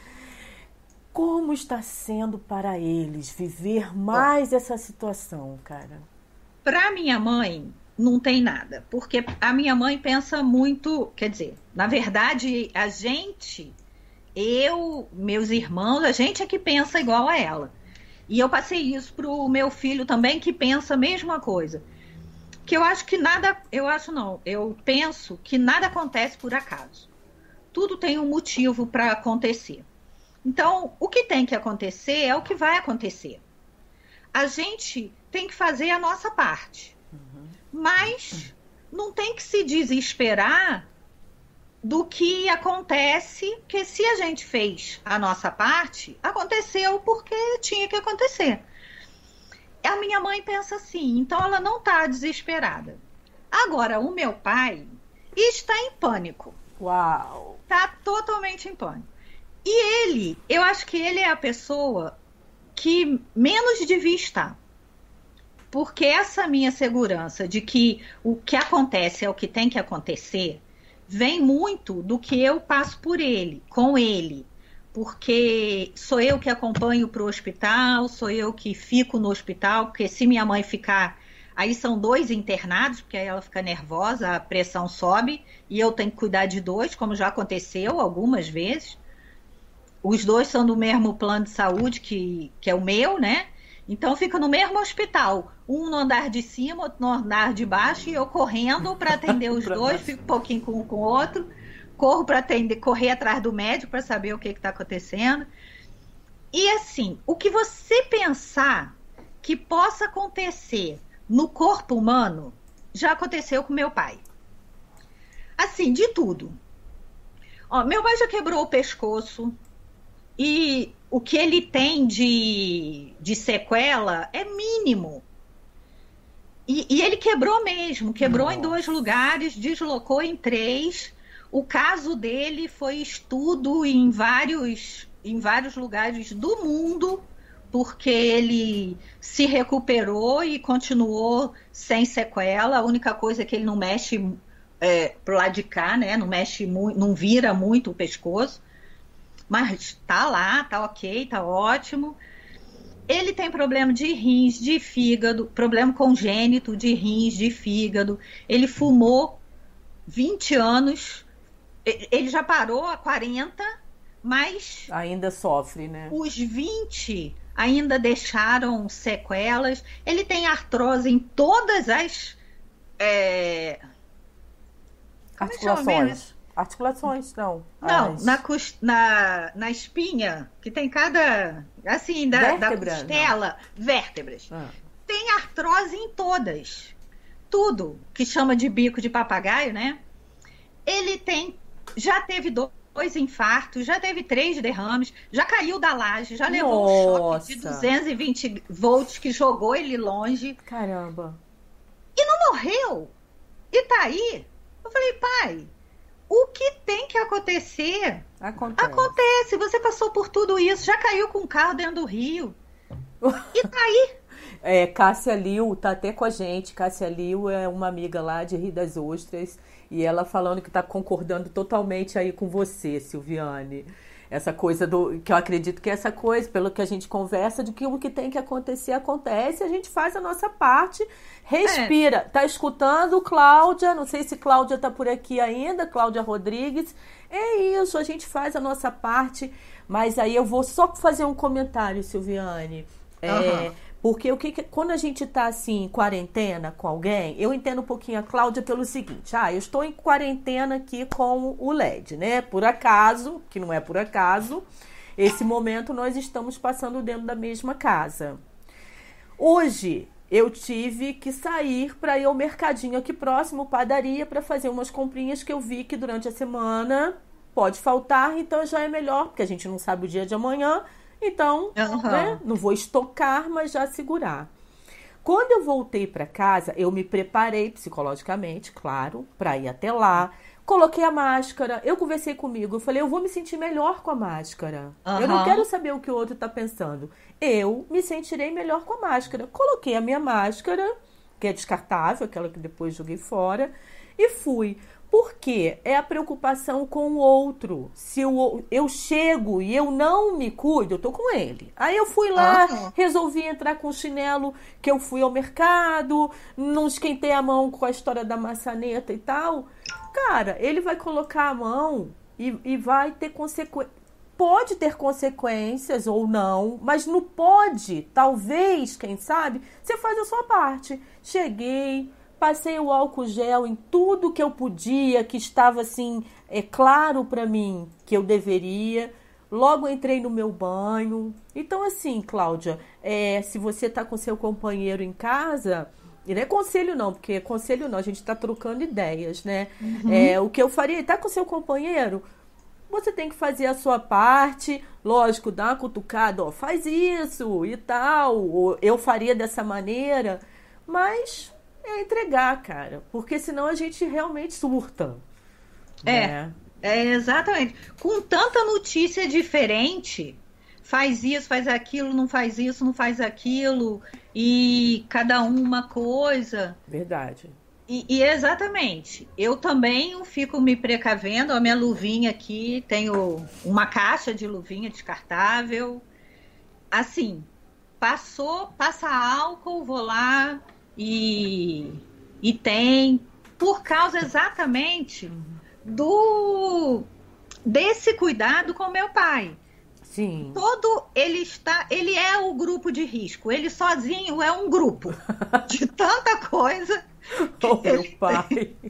S1: como está sendo para eles viver mais essa situação, cara?
S2: Pra minha mãe, não tem nada, porque a minha mãe pensa muito, quer dizer, na verdade, a gente, eu, meus irmãos, a gente é que pensa igual a ela. E eu passei isso pro meu filho também, que pensa a mesma coisa. Que eu acho que nada, eu acho não, eu penso que nada acontece por acaso. Tudo tem um motivo para acontecer. Então, o que tem que acontecer é o que vai acontecer. A gente tem que fazer a nossa parte. Uhum. Mas não tem que se desesperar do que acontece, porque se a gente fez a nossa parte, aconteceu porque tinha que acontecer. A minha mãe pensa assim, então ela não está desesperada. Agora, o meu pai está em pânico.
S1: Uau!
S2: Está totalmente em pânico. E ele, eu acho que ele é a pessoa que menos devia estar. Porque essa minha segurança de que o que acontece é o que tem que acontecer, vem muito do que eu passo por ele, com ele. Porque sou eu que acompanho para o hospital, sou eu que fico no hospital, porque se minha mãe ficar, aí são dois internados, porque aí ela fica nervosa, a pressão sobe, e eu tenho que cuidar de dois, como já aconteceu algumas vezes. Os dois são do mesmo plano de saúde, que, que é o meu, né? Então fica no mesmo hospital, um no andar de cima, outro no andar de baixo, e eu correndo para atender os dois, fico um pouquinho com um com o outro, corro para atender, correr atrás do médico para saber o que está acontecendo. E assim, o que você pensar que possa acontecer no corpo humano, já aconteceu com meu pai. Assim, de tudo. Ó, meu pai já quebrou o pescoço, e o que ele tem de, de sequela é mínimo. E, e ele quebrou mesmo, quebrou Nossa. Em dois lugares, deslocou em três. O caso dele foi estudo em vários, em vários lugares do mundo, porque ele se recuperou e continuou sem sequela. A única coisa é que ele não mexe é, pro lado de cá, né? Não mexe muito, não vira muito o pescoço. Mas tá lá, tá ok, tá ótimo. Ele tem problema de rins, de fígado, problema congênito de rins, de fígado. Ele fumou vinte anos, ele já parou há quarenta, mas...
S1: ainda sofre, né?
S2: Os vinte ainda deixaram sequelas. Ele tem artrose em todas as... É...
S1: articulações. Articulações, não.
S2: Não,
S1: As...
S2: na, na, na espinha, que tem cada... assim, da, da costela, não. Vértebras. Ah. Tem artrose em todas. Tudo, que chama de bico de papagaio, né? Ele tem... já teve dois infartos, já teve três derrames, já caiu da laje, já levou Nossa. um choque de duzentos e vinte volts que jogou ele longe.
S1: Caramba.
S2: E não morreu. E tá aí. Eu falei, pai... o que tem que acontecer,
S1: acontece.
S2: acontece. Você passou por tudo isso, já caiu com um carro dentro do rio. E tá aí.
S1: É, Cássia Liu tá até com a gente. Cássia Liu é uma amiga lá de Rio das Ostras. E ela falando que tá concordando totalmente aí com você, Silviane. Essa coisa do... que eu acredito que é essa coisa, pelo que a gente conversa, de que o que tem que acontecer, acontece. A gente faz a nossa parte, respira. É. Tá escutando, Cláudia? Não sei se Cláudia tá por aqui ainda, Cláudia Rodrigues. É isso, a gente faz a nossa parte. Mas aí eu vou só fazer um comentário, Silviane.
S2: Aham.
S1: Porque o que, que- quando a gente tá assim em quarentena com alguém, eu entendo um pouquinho a Cláudia pelo seguinte: ah, eu estou em quarentena aqui com o L E D, né? Por acaso, que não é por acaso, esse momento nós estamos passando dentro da mesma casa. Hoje eu tive que sair para ir ao mercadinho aqui próximo, padaria, para fazer umas comprinhas que eu vi que durante a semana pode faltar, então já é melhor, porque a gente não sabe o dia de amanhã, então, né,
S2: Aham.
S1: não vou estocar, mas já segurar. Quando eu voltei para casa, eu me preparei psicologicamente, claro, para ir até lá. Coloquei a máscara, eu conversei comigo, eu falei, eu vou me sentir melhor com a máscara. Eu não quero
S2: Aham.
S1: saber o que o outro está pensando. Eu me sentirei melhor com a máscara. Coloquei a minha máscara, que é descartável, aquela que depois joguei fora, e fui. Por quê? É a preocupação com o outro. Se eu, eu chego e eu não me cuido, eu tô com ele. Aí eu fui lá,
S2: Aham.
S1: resolvi entrar com o chinelo, que eu fui ao mercado, não esquentei a mão com a história da maçaneta e tal. Cara, ele vai colocar a mão e, e vai ter consequências. Pode ter consequências ou não, mas não pode, talvez, quem sabe, você faz a sua parte. Cheguei, passei o álcool gel em tudo que eu podia, que estava assim, é claro para mim que eu deveria. Logo entrei no meu banho. Então, assim, Cláudia, é, se você tá com seu companheiro em casa, e não é conselho não, porque conselho não, a gente tá trocando ideias, né? É,
S2: Uhum.
S1: o que eu faria, tá com seu companheiro? Você tem que fazer a sua parte, lógico, dar uma cutucada, ó, faz isso e tal, ou eu faria dessa maneira, mas é entregar, cara, porque senão a gente realmente surta,
S2: É,
S1: né?
S2: é exatamente. Com tanta notícia diferente, faz isso, faz aquilo, não faz isso, não faz aquilo, e cada um uma coisa.
S1: Verdade.
S2: E, e exatamente, eu também fico me precavendo. A minha luvinha aqui, tenho uma caixa de luvinha descartável. Assim, passou, passa álcool, vou lá e, e tem, por causa exatamente do desse cuidado com meu pai.
S1: Sim.
S2: Todo ele está, ele é o grupo de risco. Ele sozinho é um grupo de tanta coisa que
S1: Oh, meu
S2: ele tem.
S1: pai.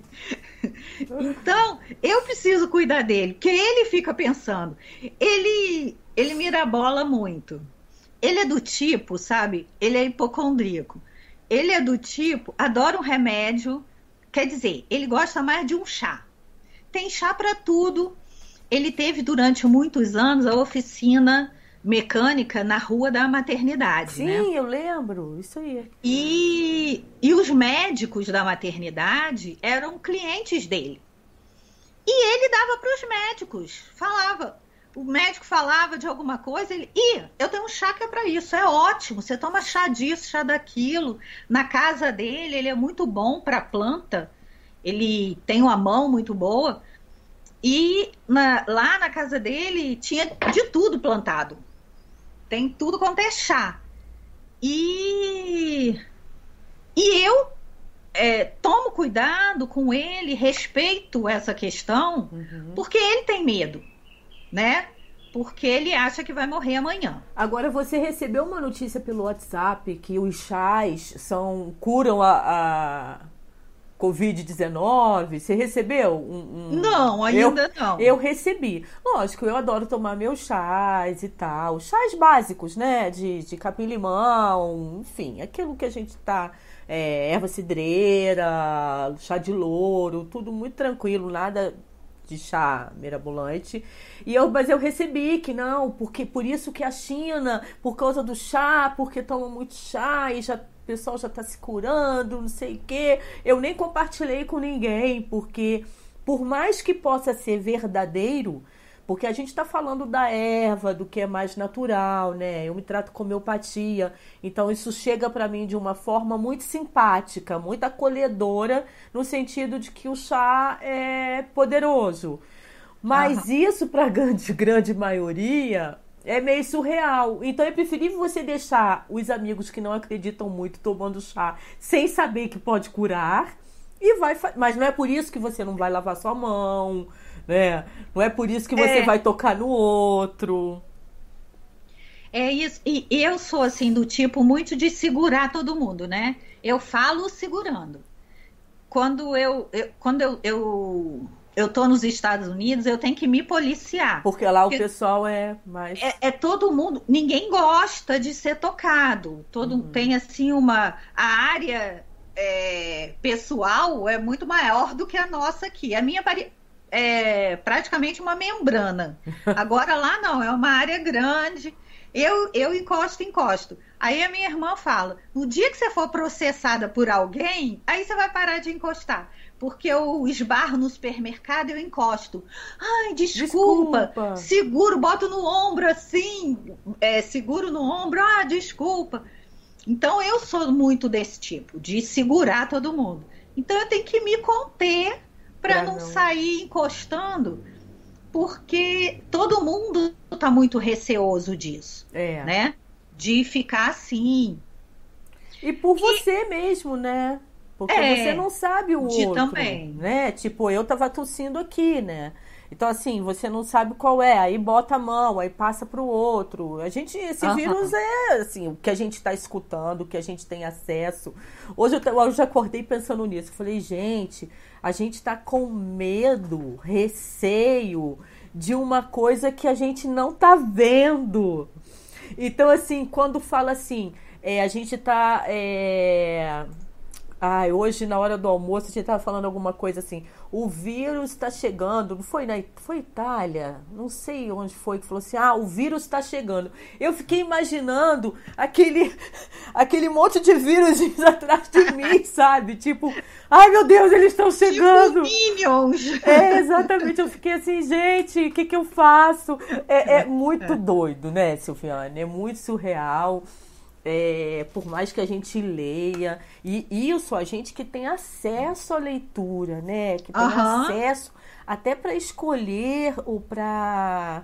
S2: Então, eu preciso cuidar dele, porque ele fica pensando. Ele ele mirabola muito. Ele é do tipo, sabe? Ele é hipocondríaco. Ele é do tipo, adora um remédio. Quer dizer, ele gosta mais de um chá. Tem chá para tudo. Ele teve durante muitos anos a oficina mecânica na Rua da Maternidade, né?
S1: Sim, eu lembro, isso aí.
S2: E, e os médicos da maternidade eram clientes dele. E ele dava para os médicos, falava. O médico falava de alguma coisa, ele, ih, eu tenho um chá que é para isso, é ótimo, você toma chá disso, chá daquilo. Na casa dele, ele é muito bom para planta, ele tem uma mão muito boa. E na- lá na casa dele tinha de tudo plantado. Tem tudo quanto é chá. E, e eu é, tomo cuidado com ele, respeito essa questão,
S1: Uhum.
S2: porque ele tem medo, né? Porque ele acha que vai morrer amanhã.
S1: Agora, você recebeu uma notícia pelo WhatsApp que os chás são, curam a, a covid dezenove? Você recebeu? Um, um-
S2: Não,
S1: Eu,
S2: ainda não.
S1: eu recebi. Lógico, eu adoro tomar meus chás e tal. Chás básicos, né? De, de capim-limão, enfim, aquilo que a gente tá... é, erva cidreira, chá de louro, tudo muito tranquilo, nada de chá mirabolante. E eu, mas eu recebi que não, porque por isso que a China, por causa do chá, porque toma muito chá e já o pessoal já tá se curando, não sei o quê. Eu nem compartilhei com ninguém, porque por mais que possa ser verdadeiro, porque a gente está falando da erva, do que é mais natural, né? Eu me trato com homeopatia, então isso chega para mim de uma forma muito simpática, muito acolhedora, no sentido de que o chá é poderoso. Mas
S2: Aham.
S1: isso, para a grande, grande maioria, é meio surreal. Então é preferível você deixar os amigos que não acreditam muito tomando chá sem saber que pode curar. E vai, fa- mas não é por isso que você não vai lavar sua mão, né? Não é por isso que você
S2: É,
S1: vai tocar no outro.
S2: É isso. E eu sou assim do tipo muito de segurar todo mundo, né? Eu falo segurando. Quando eu, eu quando eu, eu eu tô nos Estados Unidos, eu tenho que me policiar.
S1: Porque lá o
S2: Porque
S1: pessoal é mais.
S2: é, é todo mundo, ninguém gosta de ser tocado. Todo
S1: Uhum.
S2: tem assim uma a área é, pessoal é muito maior do que a nossa aqui. A minha pare- é praticamente uma membrana. Agora lá não, é uma área grande. Eu, eu encosto, encosto. Aí a minha irmã fala: no dia que você for processada por alguém, aí você vai parar de encostar. Porque eu esbarro no supermercado e eu encosto. Ai, desculpa.
S1: Desculpa.
S2: Seguro, boto no ombro assim. É, seguro no ombro. Ah, desculpa. Então eu sou muito desse tipo, de segurar todo mundo. Então eu tenho que me conter para
S1: Pra
S2: não
S1: não.
S2: sair encostando, porque todo mundo está muito receoso disso,
S1: É.
S2: né? De ficar assim.
S1: E por
S2: E
S1: você mesmo, né? Porque você
S2: é,
S1: não sabe o
S2: de
S1: outro,
S2: também.
S1: né? Tipo, eu tava tossindo aqui, né? Então, assim, você não sabe qual é, aí bota a mão, aí passa pro outro. A gente, esse vírus
S2: Aham.
S1: é, assim, o que a gente tá escutando, o que a gente tem acesso. Hoje eu, t- hoje eu acordei pensando nisso. Eu falei, gente, a gente tá com medo, receio de uma coisa que a gente não tá vendo. Então, assim, quando fala assim, é, a gente tá. É... Ai, hoje, na hora do almoço, a gente tava falando alguma coisa assim. O vírus está chegando. Não foi na foi Itália? Não sei onde foi que falou assim: ah, o vírus está chegando. Eu fiquei imaginando aquele, aquele monte de vírus atrás de mim, sabe? Tipo, ai meu Deus, eles estão
S2: Tipo
S1: chegando.
S2: Minions.
S1: É, exatamente. Eu fiquei assim, gente, o que que eu faço? É, é muito doido, né, Silviane? É muito surreal. É, por mais que a gente leia, e isso a gente que tem acesso à leitura, né? Que tem
S2: Aham.
S1: acesso até para escolher ou para.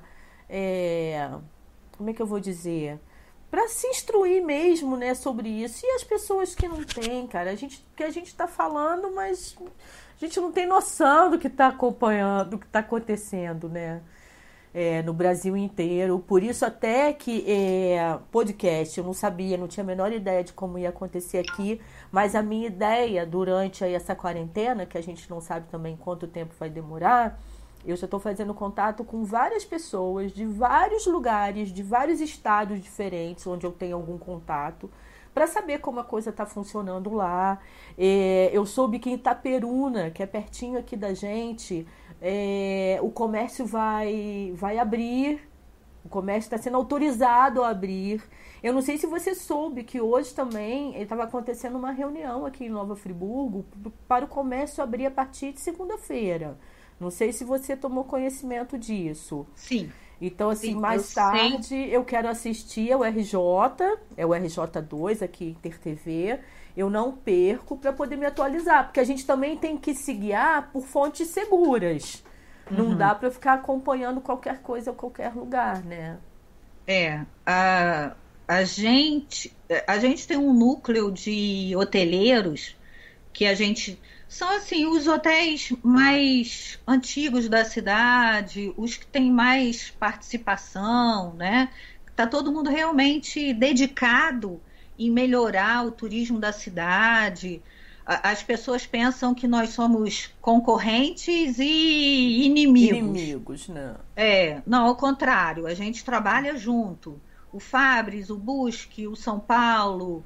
S1: Como é que eu vou dizer? Para se instruir mesmo, né, sobre isso. E as pessoas que não têm, cara, a gente, que a gente está falando, mas a gente não tem noção do que está acompanhando, do que está acontecendo, né? É, no Brasil inteiro. Por isso até que é, podcast, eu não sabia, não tinha a menor ideia de como ia acontecer aqui, mas a minha ideia durante aí essa quarentena, que a gente não sabe também quanto tempo vai demorar, eu já estou fazendo contato com várias pessoas de vários lugares, de vários estados diferentes, onde eu tenho algum contato, para saber como a coisa está funcionando lá. É, eu soube que em Itaperuna, que é pertinho aqui da gente, é, o comércio vai, vai abrir, o comércio está sendo autorizado a abrir. Eu não sei se você soube que hoje também estava acontecendo uma reunião aqui em Nova Friburgo para o comércio abrir a partir de segunda-feira. Não sei se você tomou conhecimento disso.
S2: Sim,
S1: Então, assim,
S2: sim, eu
S1: mais
S2: sei.
S1: tarde eu quero assistir ao R J, é o R J dois aqui, Inter T V. Eu não perco para poder me atualizar, porque a gente também tem que se guiar por fontes seguras. Não
S2: Uhum.
S1: dá para ficar acompanhando qualquer coisa a qualquer lugar, né?
S2: É, a, a gente, a gente tem um núcleo de hoteleiros que a gente são assim os hotéis mais antigos da cidade, os que têm mais participação, né? Tá todo mundo realmente dedicado em melhorar o turismo da cidade. A- As pessoas pensam que nós somos concorrentes e inimigos.
S1: Inimigos, né?
S2: É, não, ao contrário, a gente trabalha junto. O Fabris, o Busque, o São Paulo,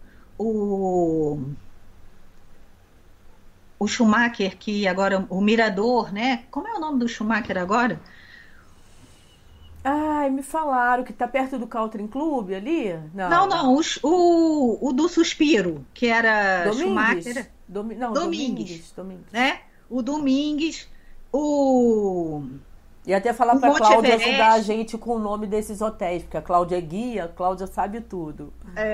S2: o o Schumacher, que agora, o Mirador, né? Como é o nome do Schumacher agora?
S1: Ai, me falaram que tá perto do Country Club ali?
S2: Não,
S1: Não.
S2: não, o, o, o do Suspiro, que era
S1: Domingues?
S2: Schumacher,
S1: Domi... Não,
S2: Domingues,
S1: Domingues, Domingues.
S2: né? O Domingues, o,
S1: E até falar
S2: o
S1: pra
S2: Monte
S1: Cláudia ajudar a
S2: Everest.
S1: gente com o nome desses hotéis, porque a Cláudia é guia, a Cláudia sabe tudo.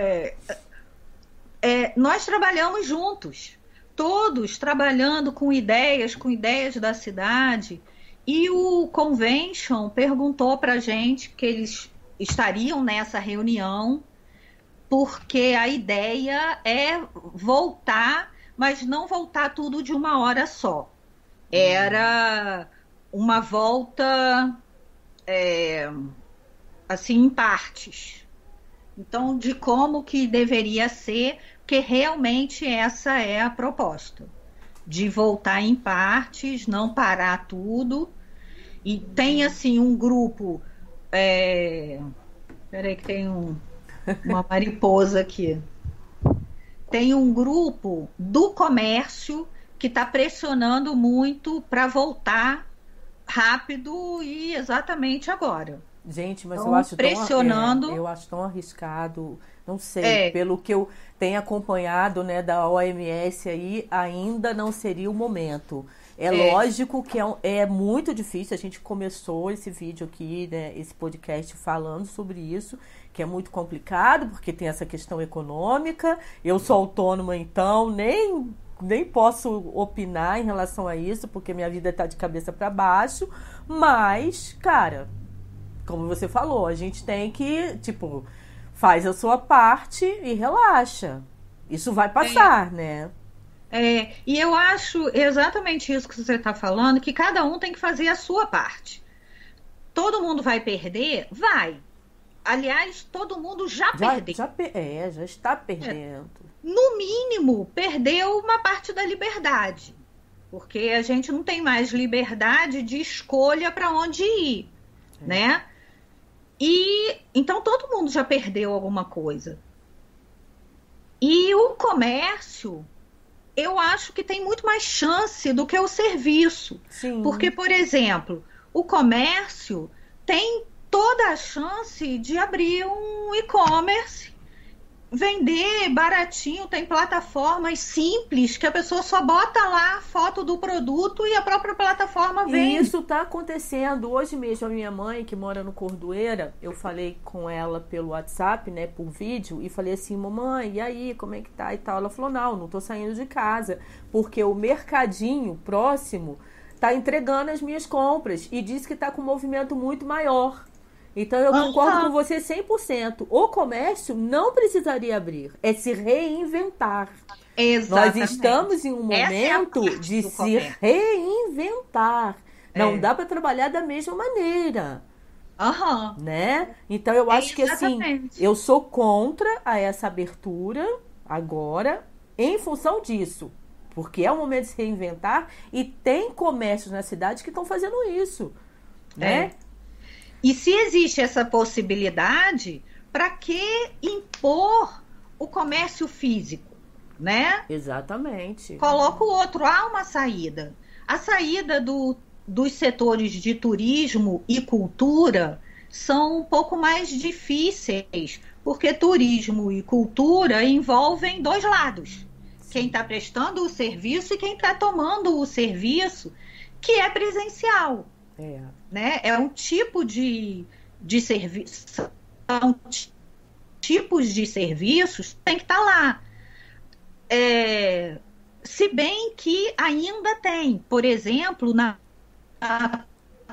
S2: É, nós trabalhamos juntos, todos trabalhando com ideias, com ideias da cidade. E o Convention perguntou para a gente que eles estariam nessa reunião, porque a ideia é voltar, mas não voltar tudo de uma hora só. Era uma volta, é, assim, em partes. Então, de como que deveria ser, porque realmente essa é a proposta, de voltar em partes, não parar tudo. E tem, assim, um grupo... É... Peraí que tem um, uma mariposa aqui. Tem um grupo do comércio que está pressionando muito para voltar rápido e exatamente agora.
S1: Gente, mas
S2: então,
S1: eu acho
S2: pressionando...
S1: tão, é, eu acho tão arriscado, não sei,
S2: é.
S1: pelo que eu tenho acompanhado, né, da O M S aí, ainda não seria o momento. É, é. lógico que é, é muito difícil, a gente começou esse vídeo aqui, né, esse podcast falando sobre isso, que é muito complicado, porque tem essa questão econômica, eu sou autônoma, então nem... nem posso opinar em relação a isso, porque minha vida tá de cabeça para baixo, mas, cara, como você falou, a gente tem que, tipo, faz a sua parte e relaxa. Isso vai passar, é. né?
S2: É, e eu acho exatamente isso que você está falando, que cada um tem que fazer a sua parte. Todo mundo vai perder? Vai. Aliás, todo mundo já, já perdeu.
S1: Já, é, já está perdendo.
S2: É. No mínimo, perdeu uma parte da liberdade. Porque a gente não tem mais liberdade de escolha para onde ir, é. né? E então todo mundo já perdeu alguma coisa. E o comércio, eu acho que tem muito mais chance do que o serviço.
S1: Sim.
S2: Porque, por exemplo, o comércio tem toda a chance de abrir um e-commerce, vender baratinho, tem plataformas simples que a pessoa só bota lá a foto do produto e a própria plataforma vende.
S1: E isso tá acontecendo. Hoje mesmo a minha mãe, que mora no Cordoeira, eu falei com ela pelo WhatsApp, né, por vídeo, e falei assim, mamãe, e aí, como é que tá e tal? Ela falou, não, não tô saindo de casa, porque o mercadinho próximo tá entregando as minhas compras e disse que tá com um movimento muito maior. Então eu concordo uhum. com você cem por cento. O comércio não precisaria abrir, é se reinventar.
S2: Exatamente.
S1: Nós estamos em um momento é de se comércio. reinventar. É. Não dá para trabalhar da mesma maneira.
S2: Uhum.
S1: Né? Então eu acho que assim, eu sou contra a essa abertura agora, em função disso. Porque é o momento de se reinventar e tem comércios na cidade que estão fazendo isso. Né?
S2: É. E se existe essa possibilidade, para que impor o comércio físico, né?
S1: Exatamente.
S2: Coloca o outro, há uma saída. A saída do, dos setores de turismo e cultura são um pouco mais difíceis, porque turismo e cultura envolvem dois lados. Quem está prestando o serviço e quem está tomando o serviço, que é presencial.
S1: É.
S2: Né? É um tipo de, de serviço, são tipos de serviços que tem que estar lá. É, se bem que ainda tem, por exemplo, na, na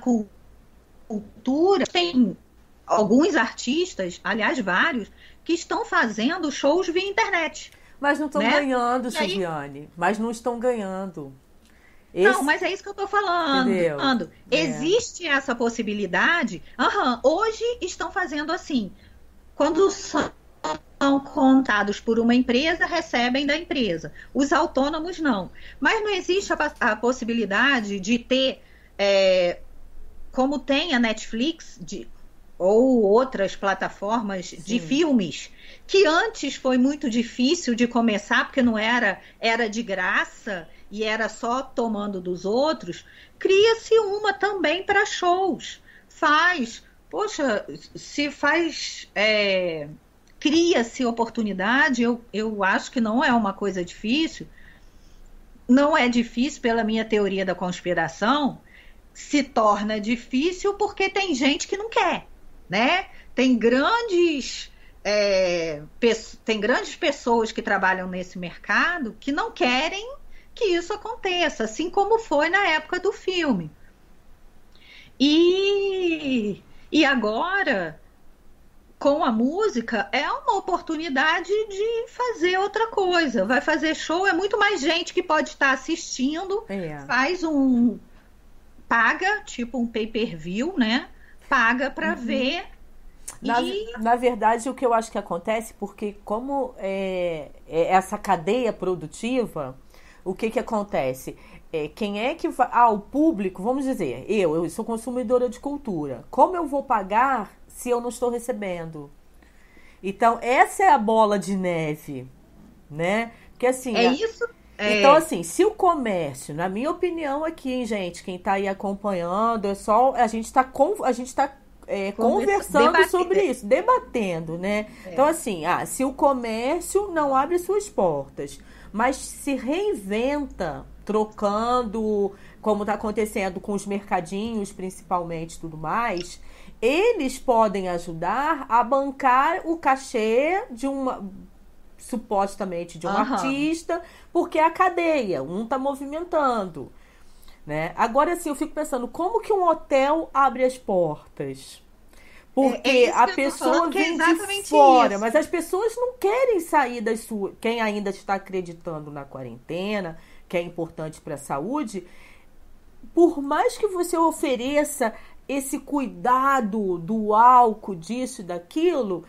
S2: cultura, tem alguns artistas, aliás, vários, que estão fazendo shows via internet.
S1: Mas não estão
S2: né?
S1: ganhando,
S2: E aí...
S1: Silviane. Mas não estão ganhando.
S2: Esse... Não, mas é isso que eu tô falando. falando. É. Existe essa possibilidade. Uhum. Hoje estão fazendo assim. Quando são contados por uma empresa, recebem da empresa. Os autônomos não. Mas não existe a, a possibilidade de ter, é, como tem a Netflix de, ou outras plataformas Sim. de filmes, que antes foi muito difícil de começar, porque não era, era de graça, e era só tomando dos outros, cria-se uma também para shows. Faz, poxa, se faz, é, cria-se oportunidade, eu, eu acho que não é uma coisa difícil, não é difícil pela minha teoria da conspiração, se torna difícil porque tem gente que não quer, né? Tem grandes... É, tem grandes pessoas que trabalham nesse mercado que não querem que isso aconteça, assim como foi na época do filme. E, e agora, com a música, é uma oportunidade de fazer outra coisa. Vai fazer show, é muito mais gente que pode estar assistindo,
S1: é.
S2: faz um... paga, tipo um pay-per-view, né? Paga para uhum. ver
S1: Na,
S2: E
S1: na verdade, o que eu acho que acontece, porque como é, é essa cadeia produtiva, o que que acontece? É, quem é que vai... Ah, o público, vamos dizer, eu, eu sou consumidora de cultura. Como eu vou pagar se eu não estou recebendo? Então, essa é a bola de neve, né? Porque assim...
S2: é
S1: a-
S2: isso.
S1: Então,
S2: É,
S1: assim, se o comércio, na minha opinião aqui, hein, gente, quem tá aí acompanhando, é só a gente tá com, a gente tá é,
S2: conversa,
S1: conversando sobre
S2: debater.
S1: isso, debatendo, né? Então, assim, ah, se o comércio não abre suas portas, mas se reinventa, trocando, como tá acontecendo com os mercadinhos, principalmente, e tudo mais, eles podem ajudar a bancar o cachê de uma supostamente de um
S2: Aham.
S1: artista, porque é a cadeia, um tá movimentando, né? Agora assim, eu fico pensando, como que um hotel abre as portas?
S2: É, é
S1: Porque
S2: isso
S1: a
S2: que eu tô
S1: pessoa
S2: falando, que é
S1: vem de
S2: exatamente
S1: fora, mas
S2: isso.
S1: as pessoas não querem sair das suas. Quem ainda está acreditando na quarentena, que é importante para a saúde, por mais que você ofereça esse cuidado do álcool, disso e daquilo,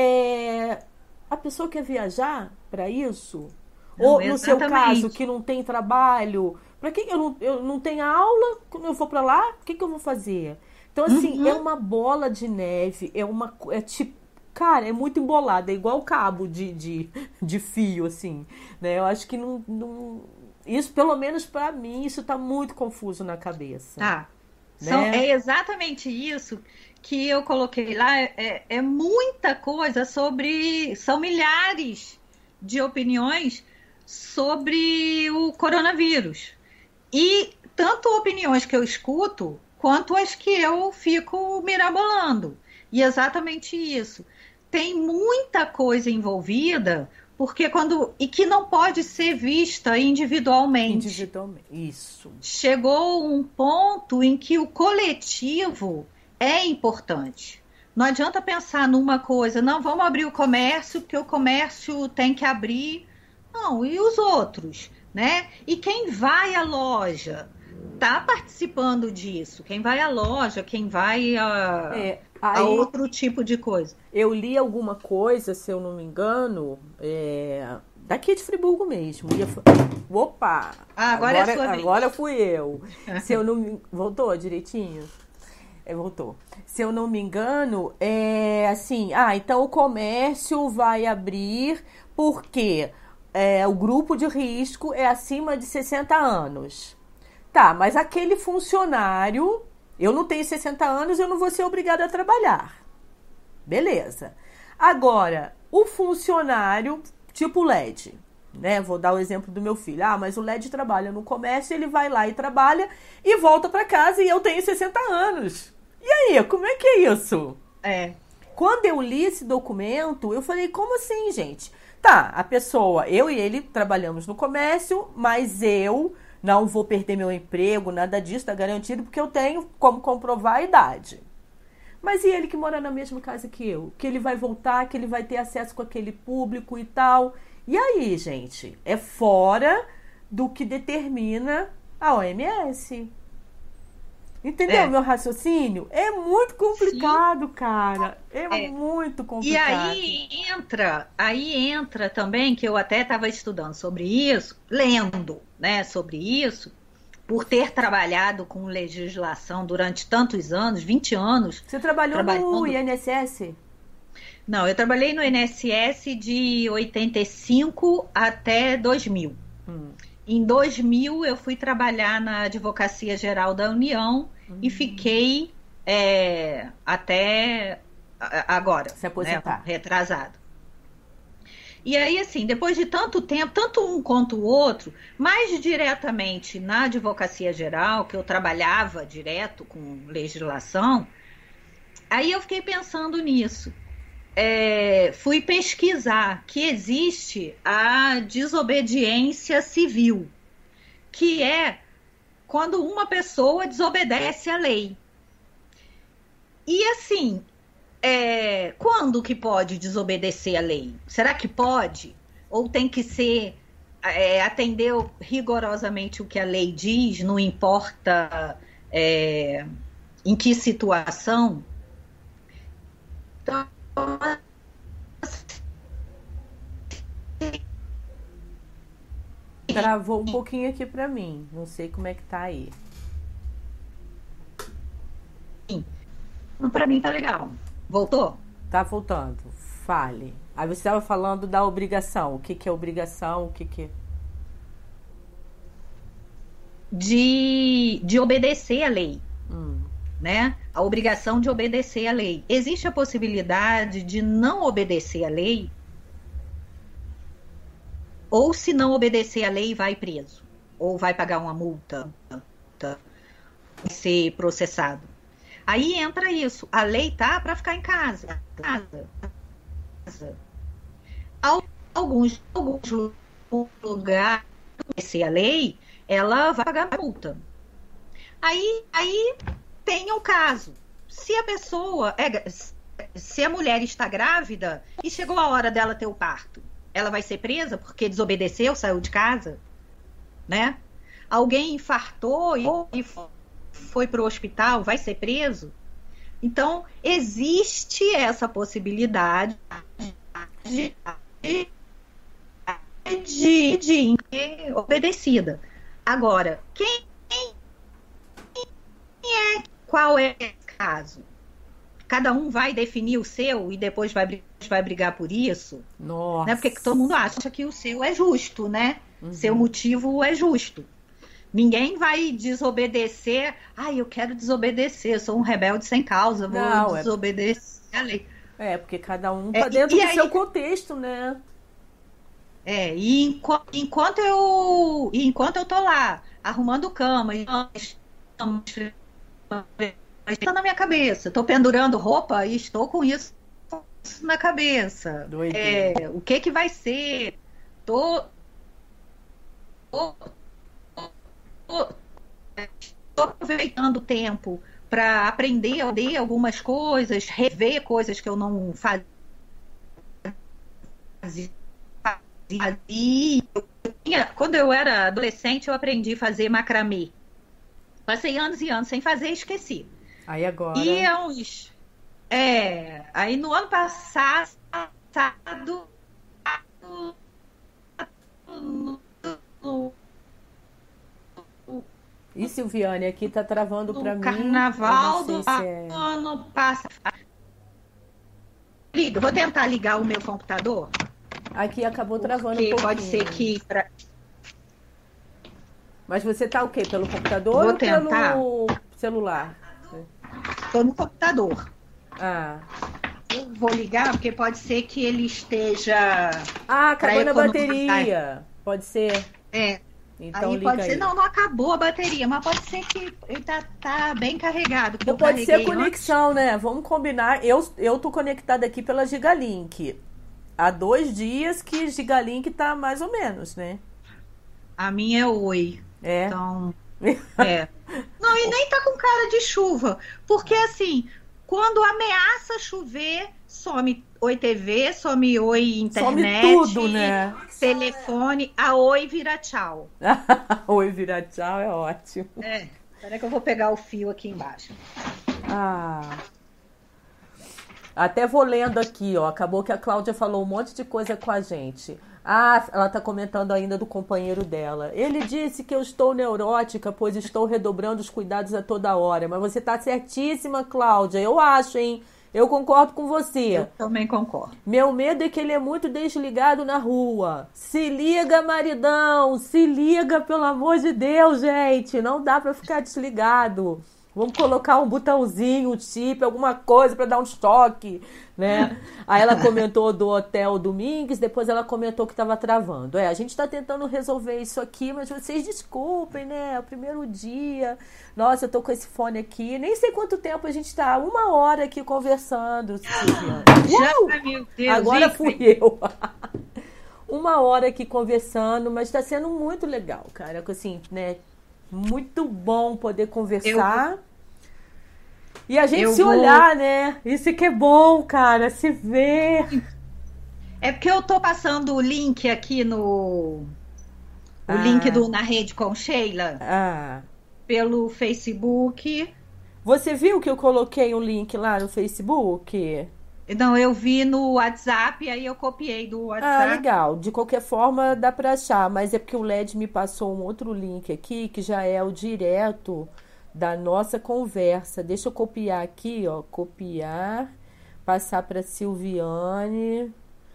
S1: é, a pessoa quer viajar para isso?
S2: Não,
S1: Ou no seu caso,
S2: exatamente.
S1: que não tem trabalho, para que eu não, eu não tenho aula? Quando eu for para lá, o que, que eu vou fazer? Então, assim, é
S2: Uhum.
S1: uma bola de neve, é uma. É tipo. Cara, é muito embolado, é igual cabo de, de, de fio, assim, né? Eu acho que não, não... Isso, pelo menos pra mim, isso tá muito confuso na cabeça,
S2: Tá. São,
S1: né?
S2: é exatamente isso que eu coloquei lá. É, é muita coisa sobre. São milhares de opiniões sobre o coronavírus. E tanto opiniões que eu escuto, quanto as que eu fico mirabolando. E exatamente isso. Tem muita coisa envolvida, porque quando. E que não pode ser vista individualmente.
S1: Individualmente. Isso.
S2: Chegou um ponto em que o coletivo é importante. Não adianta pensar numa coisa, não, vamos abrir o comércio, porque o comércio tem que abrir. Não, e os outros, né? E quem vai à loja está participando disso. Quem vai à loja, quem vai a,
S1: É,
S2: a
S1: aí
S2: outro tipo de coisa.
S1: eu li alguma coisa, se eu não me engano, é, daqui de Friburgo mesmo. Ia fa- Opa!
S2: Ah, agora é a
S1: Agora,
S2: sua
S1: agora
S2: vez.
S1: fui eu. Se eu não me... Voltou direitinho? É, voltou. Se eu não me engano, é assim, ah, então o comércio vai abrir porque é, o grupo de risco é acima de sessenta anos. Tá, mas aquele funcionário, eu não tenho sessenta anos, eu não vou ser obrigada a trabalhar. Beleza. Agora, o funcionário tipo L E D, né? Vou dar o exemplo do meu filho. Ah, mas o L E D trabalha no comércio, ele vai lá e trabalha e volta para casa e eu tenho sessenta anos. E aí, como é que é isso?
S2: É,
S1: Quando eu li esse documento, eu falei, como assim, gente? Tá, a pessoa, eu e ele trabalhamos no comércio, mas eu não vou perder meu emprego, nada disso, tá garantido, porque eu tenho como comprovar a idade. Mas e ele que mora na mesma casa que eu? Que ele vai voltar, que ele vai ter acesso com aquele público e tal. E aí, gente? É fora do que determina a O M S. Entendeu
S2: é.
S1: meu raciocínio? É muito
S2: Sim,
S1: complicado, cara. É
S2: é.
S1: muito
S2: E
S1: complicado.
S2: aí entra, aí entra também, que eu até estava estudando sobre isso, lendo, né, sobre isso, por ter trabalhado com legislação durante tantos anos, vinte anos,
S1: Você trabalhou no
S2: trabalhando.
S1: I N S S?
S2: Não, eu trabalhei no I N S S de oitenta e cinco até dois mil.
S1: Hum.
S2: Em dois mil eu fui trabalhar na Advocacia Geral da União e fiquei é, até a- agora,
S1: Se
S2: né,
S1: aposentar.
S2: retrasado. E aí, assim, depois de tanto tempo, tanto um quanto o outro, mais diretamente na Advocacia Geral, que eu trabalhava direto com legislação, aí eu fiquei pensando nisso. É, fui pesquisar que existe a desobediência civil, que é quando uma pessoa desobedece à lei. E assim, é, quando que pode desobedecer à lei? Será que pode? Ou tem que ser é, atender rigorosamente o que a lei diz, não importa é, em que situação? Então,
S1: Travou um pouquinho aqui pra mim. Não sei como é que tá aí.
S2: Pra mim tá legal. Voltou?
S1: Tá voltando. Fale. Aí você estava falando da obrigação. O que, que é obrigação? O que, que é.
S2: De, de obedecer à lei.
S1: Hum.
S2: Né? A obrigação de obedecer à lei. Existe a possibilidade de não obedecer à lei? Ou se não obedecer à lei, vai preso. Ou vai pagar uma multa. Vai ser processado. Aí entra isso. A lei tá para ficar em casa. casa. Alguns, alguns lugares, obedecer a lei, ela vai pagar multa. Aí, aí tem o caso. Se a pessoa, é, se a mulher está grávida e chegou a hora dela ter o parto, ela vai ser presa porque desobedeceu, saiu de casa, né? Alguém infartou e foi para o hospital, vai ser preso? Então, existe essa possibilidade de, de, de, de obedecida. Agora, quem, quem é, qual é o caso? Cada um vai definir o seu e depois vai, vai brigar por isso?
S1: Nossa.
S2: Né? Porque todo mundo acha que o seu é justo, né?
S1: Uhum. Seu
S2: motivo é justo. Ninguém vai desobedecer. Ai, eu quero desobedecer, eu sou um rebelde sem causa, vou Não, desobedecer é... a lei.
S1: É, porque cada um tá dentro é, do aí... seu contexto, né?
S2: É, e enquanto, enquanto eu enquanto eu tô lá, arrumando cama, está na minha cabeça, tô pendurando roupa e estou com isso na cabeça. É, o que que vai ser? Tô... tô Estou aproveitando o tempo para aprender a ler algumas coisas, rever coisas que eu não fazia. E quando eu era adolescente, eu aprendi a fazer macramê. Passei anos e anos sem fazer e esqueci.
S1: Aí agora.
S2: E é uns. É, aí no ano passado.
S1: E Silviane, aqui tá travando para mim.
S2: Carnaval do é... ano passado. Liga, vou tentar ligar o meu computador.
S1: Aqui acabou travando um pouquinho.
S2: Pode ser que... Pra...
S1: Mas você tá o quê? Pelo computador
S2: vou
S1: ou
S2: tentar.
S1: Pelo celular?
S2: Tô no computador.
S1: Ah.
S2: Eu vou ligar, porque pode ser que ele esteja...
S1: Ah, acabou na bateria. Pode ser.
S2: É.
S1: Então,
S2: aí pode ser, aí. não, não acabou a bateria, mas pode ser que ele tá, tá bem carregado.
S1: Ou pode ser conexão, antes. Né? Vamos combinar. Eu, eu tô conectada aqui pela Gigalink. Há dois dias que Gigalink tá mais ou menos, né?
S2: A minha é Oi.
S1: É.
S2: Então, é. Não, e nem tá com cara de chuva. Porque, assim, quando ameaça chover, some Oi T V, some Oi internet.
S1: Some tudo, né?
S2: Telefone, a Oi vira tchau.
S1: Oi vira tchau é ótimo.
S2: É, espera que eu vou pegar o fio aqui embaixo.
S1: Ah. Até vou lendo aqui, ó. Acabou que a Cláudia falou um monte de coisa com a gente. Ah, ela tá comentando ainda do companheiro dela. Ele disse que eu estou neurótica, pois estou redobrando os cuidados a toda hora. Mas você tá certíssima, Cláudia. Eu acho, hein? Eu concordo com você.
S2: Eu também concordo.
S1: Meu medo é que ele é muito desligado na rua. Se liga, maridão. Se liga, pelo amor de Deus, gente. Não dá pra ficar desligado. Vamos colocar um botãozinho, um chip, alguma coisa para dar um choque, né? Aí ela comentou do Hotel Domingues, depois ela comentou que estava travando. É, a gente está tentando resolver isso aqui, mas vocês desculpem, né? É o primeiro dia. Nossa, eu tô com esse fone aqui. Nem sei quanto tempo a gente está. Uma hora aqui conversando.
S2: Já, meu Deus,
S1: agora fui eu. Uma hora aqui conversando, mas está sendo muito legal, cara. Assim, né? Muito bom poder conversar. Eu... E a gente eu se vou... olhar, né? Isso que é bom, cara. Se ver.
S2: É porque eu tô passando o link aqui no... O ah. link do Na Rede com Sheila.
S1: Ah.
S2: Pelo Facebook.
S1: Você viu que eu coloquei um link lá no Facebook?
S2: Não, eu vi no WhatsApp, aí eu copiei do
S1: Ah,
S2: WhatsApp.
S1: legal. De qualquer forma, dá para achar, mas é porque o L E D me passou um outro link aqui, que já é o direto da nossa conversa. Deixa eu copiar aqui, ó. Copiar, passar para Silviane.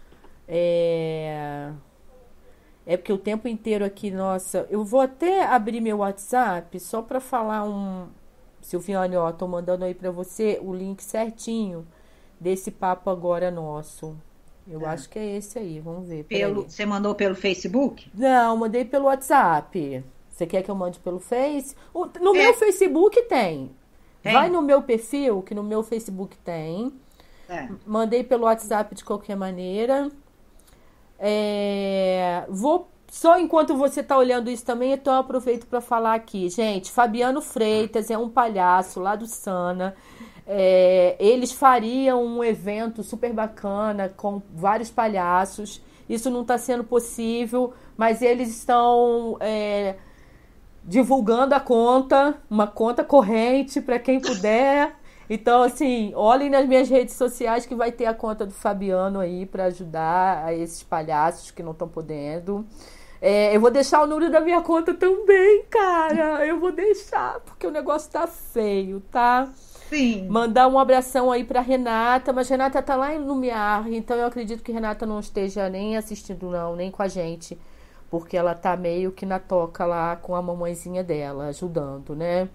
S1: É... é porque o tempo inteiro aqui, nossa. Eu vou até abrir meu WhatsApp só para falar um. Silviane, ó, tô mandando aí para você o link certinho desse papo agora nosso. Eu
S2: É.
S1: acho que é esse aí, vamos ver,
S2: Pelo,
S1: peraí.
S2: você mandou pelo Facebook?
S1: Não, mandei pelo WhatsApp. Você quer que eu mande pelo Face? O- No meu
S2: É,
S1: Facebook tem. Vai
S2: tem?
S1: no meu perfil, que no meu Facebook tem.
S2: É.
S1: Mandei pelo WhatsApp de qualquer maneira. É, vou só enquanto você está olhando isso também, então eu aproveito para falar aqui, gente. Fabiano Freitas é um palhaço lá do Sana. É, eles fariam um evento super bacana com vários palhaços. Isso não está sendo possível, mas eles estão é, divulgando a conta, uma conta corrente para quem puder. Então, assim, olhem nas minhas redes sociais que vai ter a conta do Fabiano aí para ajudar a esses palhaços que não estão podendo. É, eu vou deixar o número da minha conta também, cara. Eu vou deixar, porque o negócio tá feio, tá?
S2: Sim.
S1: Mandar um abração aí pra Renata, mas Renata tá lá em Lumiar, então eu acredito que Renata não esteja nem assistindo não, nem com a gente, porque ela tá meio que na toca lá com a mamãezinha dela, ajudando, né?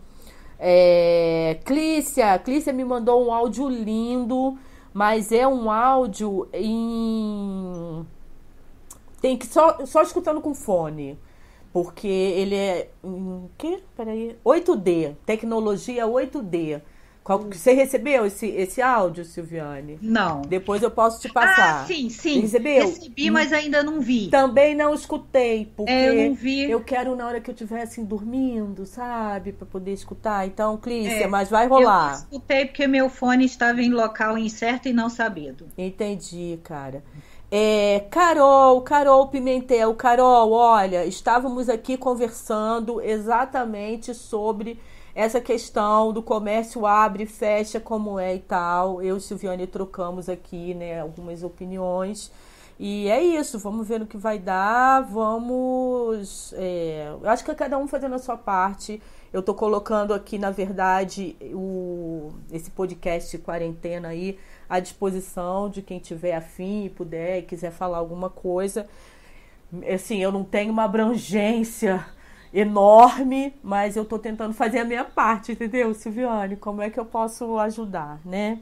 S1: É, Clícia, Clícia me mandou um áudio lindo, mas é um áudio em... Tem que só, só escutando com fone. Porque ele é. Em quê? Peraí. oito D. Tecnologia oito D. Qual- Você recebeu esse, esse áudio, Silviane?
S2: Não.
S1: Depois eu posso te
S2: Ah,
S1: passar.
S2: sim,
S1: Você
S2: sim.
S1: recebeu?
S2: Recebi, mas ainda não vi.
S1: Também não escutei,
S2: É, eu não
S1: porque
S2: vi.
S1: eu quero na hora que eu estiver assim dormindo, sabe? Pra poder escutar. Então, Clícia,
S2: É,
S1: mas vai
S2: eu não
S1: rolar.
S2: escutei porque meu fone estava em local incerto e não sabido.
S1: Entendi, cara. É, Carol, Carol Pimentel, Carol, olha, estávamos aqui conversando exatamente sobre essa questão do comércio abre e fecha, como é e tal. Eu e Silviane trocamos aqui, né, algumas opiniões. E é isso, vamos ver no que vai dar, vamos. É, eu acho que é cada um fazendo a sua parte. Eu tô colocando aqui, na verdade, o, esse podcast quarentena aí à disposição de quem tiver afim e puder e quiser falar alguma coisa. Assim, eu não tenho uma abrangência enorme, mas eu tô tentando fazer a minha parte, entendeu, Silviane? Como é que eu posso ajudar, né?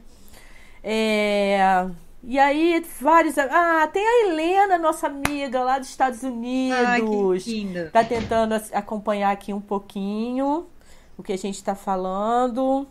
S1: É... E aí, vários. Ah, tem a Helena, nossa amiga lá dos Estados
S2: Ai, que
S1: Unidos.
S2: linda.
S1: Tá tentando as- acompanhar aqui um pouquinho o que a gente tá falando.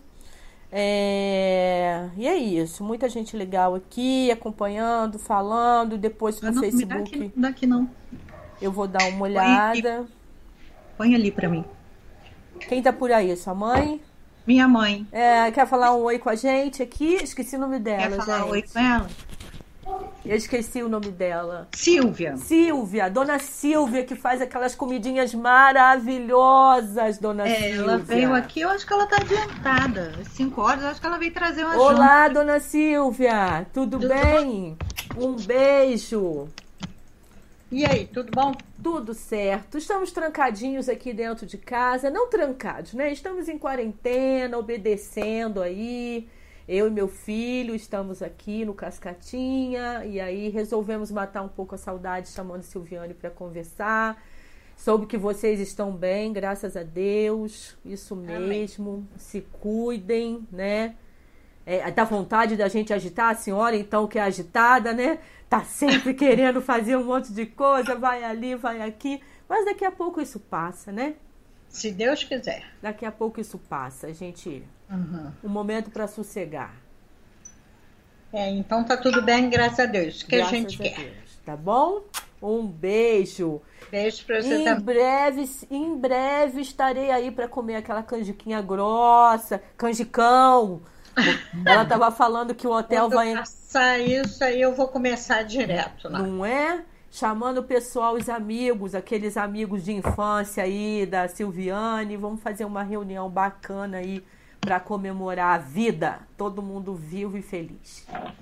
S1: É, E é isso, muita gente legal aqui acompanhando, falando. Depois
S2: Ah,
S1: no
S2: não, me dá aqui,
S1: Facebook
S2: não dá aqui não.
S1: eu vou dar uma
S2: Põe aqui,
S1: olhada.
S2: põe ali pra mim.
S1: Quem tá por aí? Sua mãe?
S2: Minha mãe.
S1: É, quer falar um oi com a gente aqui? Esqueci o nome
S2: Quer
S1: dela,
S2: falar oi
S1: gente.
S2: com ela?
S1: Eu esqueci o nome dela.
S2: Silvia.
S1: Silvia, Dona Silvia, que faz aquelas comidinhas maravilhosas, Dona
S2: É, ela veio
S1: Silvia.
S2: aqui, eu acho que ela tá adiantada. Às cinco horas, eu acho que ela veio trazer uma janta.
S1: Olá, Dona Silvia, tudo
S2: Tudo
S1: bem? Um beijo.
S2: E aí, tudo bom?
S1: Tudo certo. Estamos trancadinhos aqui dentro de casa. Não trancados, né? Estamos em quarentena, obedecendo aí. Eu e meu filho estamos aqui no Cascatinha. E aí resolvemos matar um pouco a saudade chamando Silviane para conversar. Soube que vocês estão bem, graças a Deus. Isso
S2: Amém.
S1: mesmo. Se cuidem, né? É, dá vontade da gente agitar a senhora, então, que é agitada, né? Tá sempre querendo fazer um monte de coisa, vai ali, vai aqui. Mas daqui a pouco isso passa, né?
S2: Se Deus quiser.
S1: Daqui a pouco isso passa, gente.
S2: Uhum.
S1: Um momento para sossegar.
S2: É, então tá tudo bem, graças a Deus. Que a
S1: Graças
S2: gente
S1: a
S2: quer.
S1: Deus. Tá bom? Um beijo.
S2: Beijo pra você
S1: Em
S2: também.
S1: breve, em breve estarei aí para comer aquela canjiquinha grossa, canjicão. Ela tava falando que o hotel
S2: Quando
S1: vai,
S2: passar isso aí, eu vou começar direto lá.
S1: não é? Chamando o pessoal, os amigos, aqueles amigos de infância aí da Silviane, vamos fazer uma reunião bacana aí para comemorar a vida, todo mundo vivo e feliz.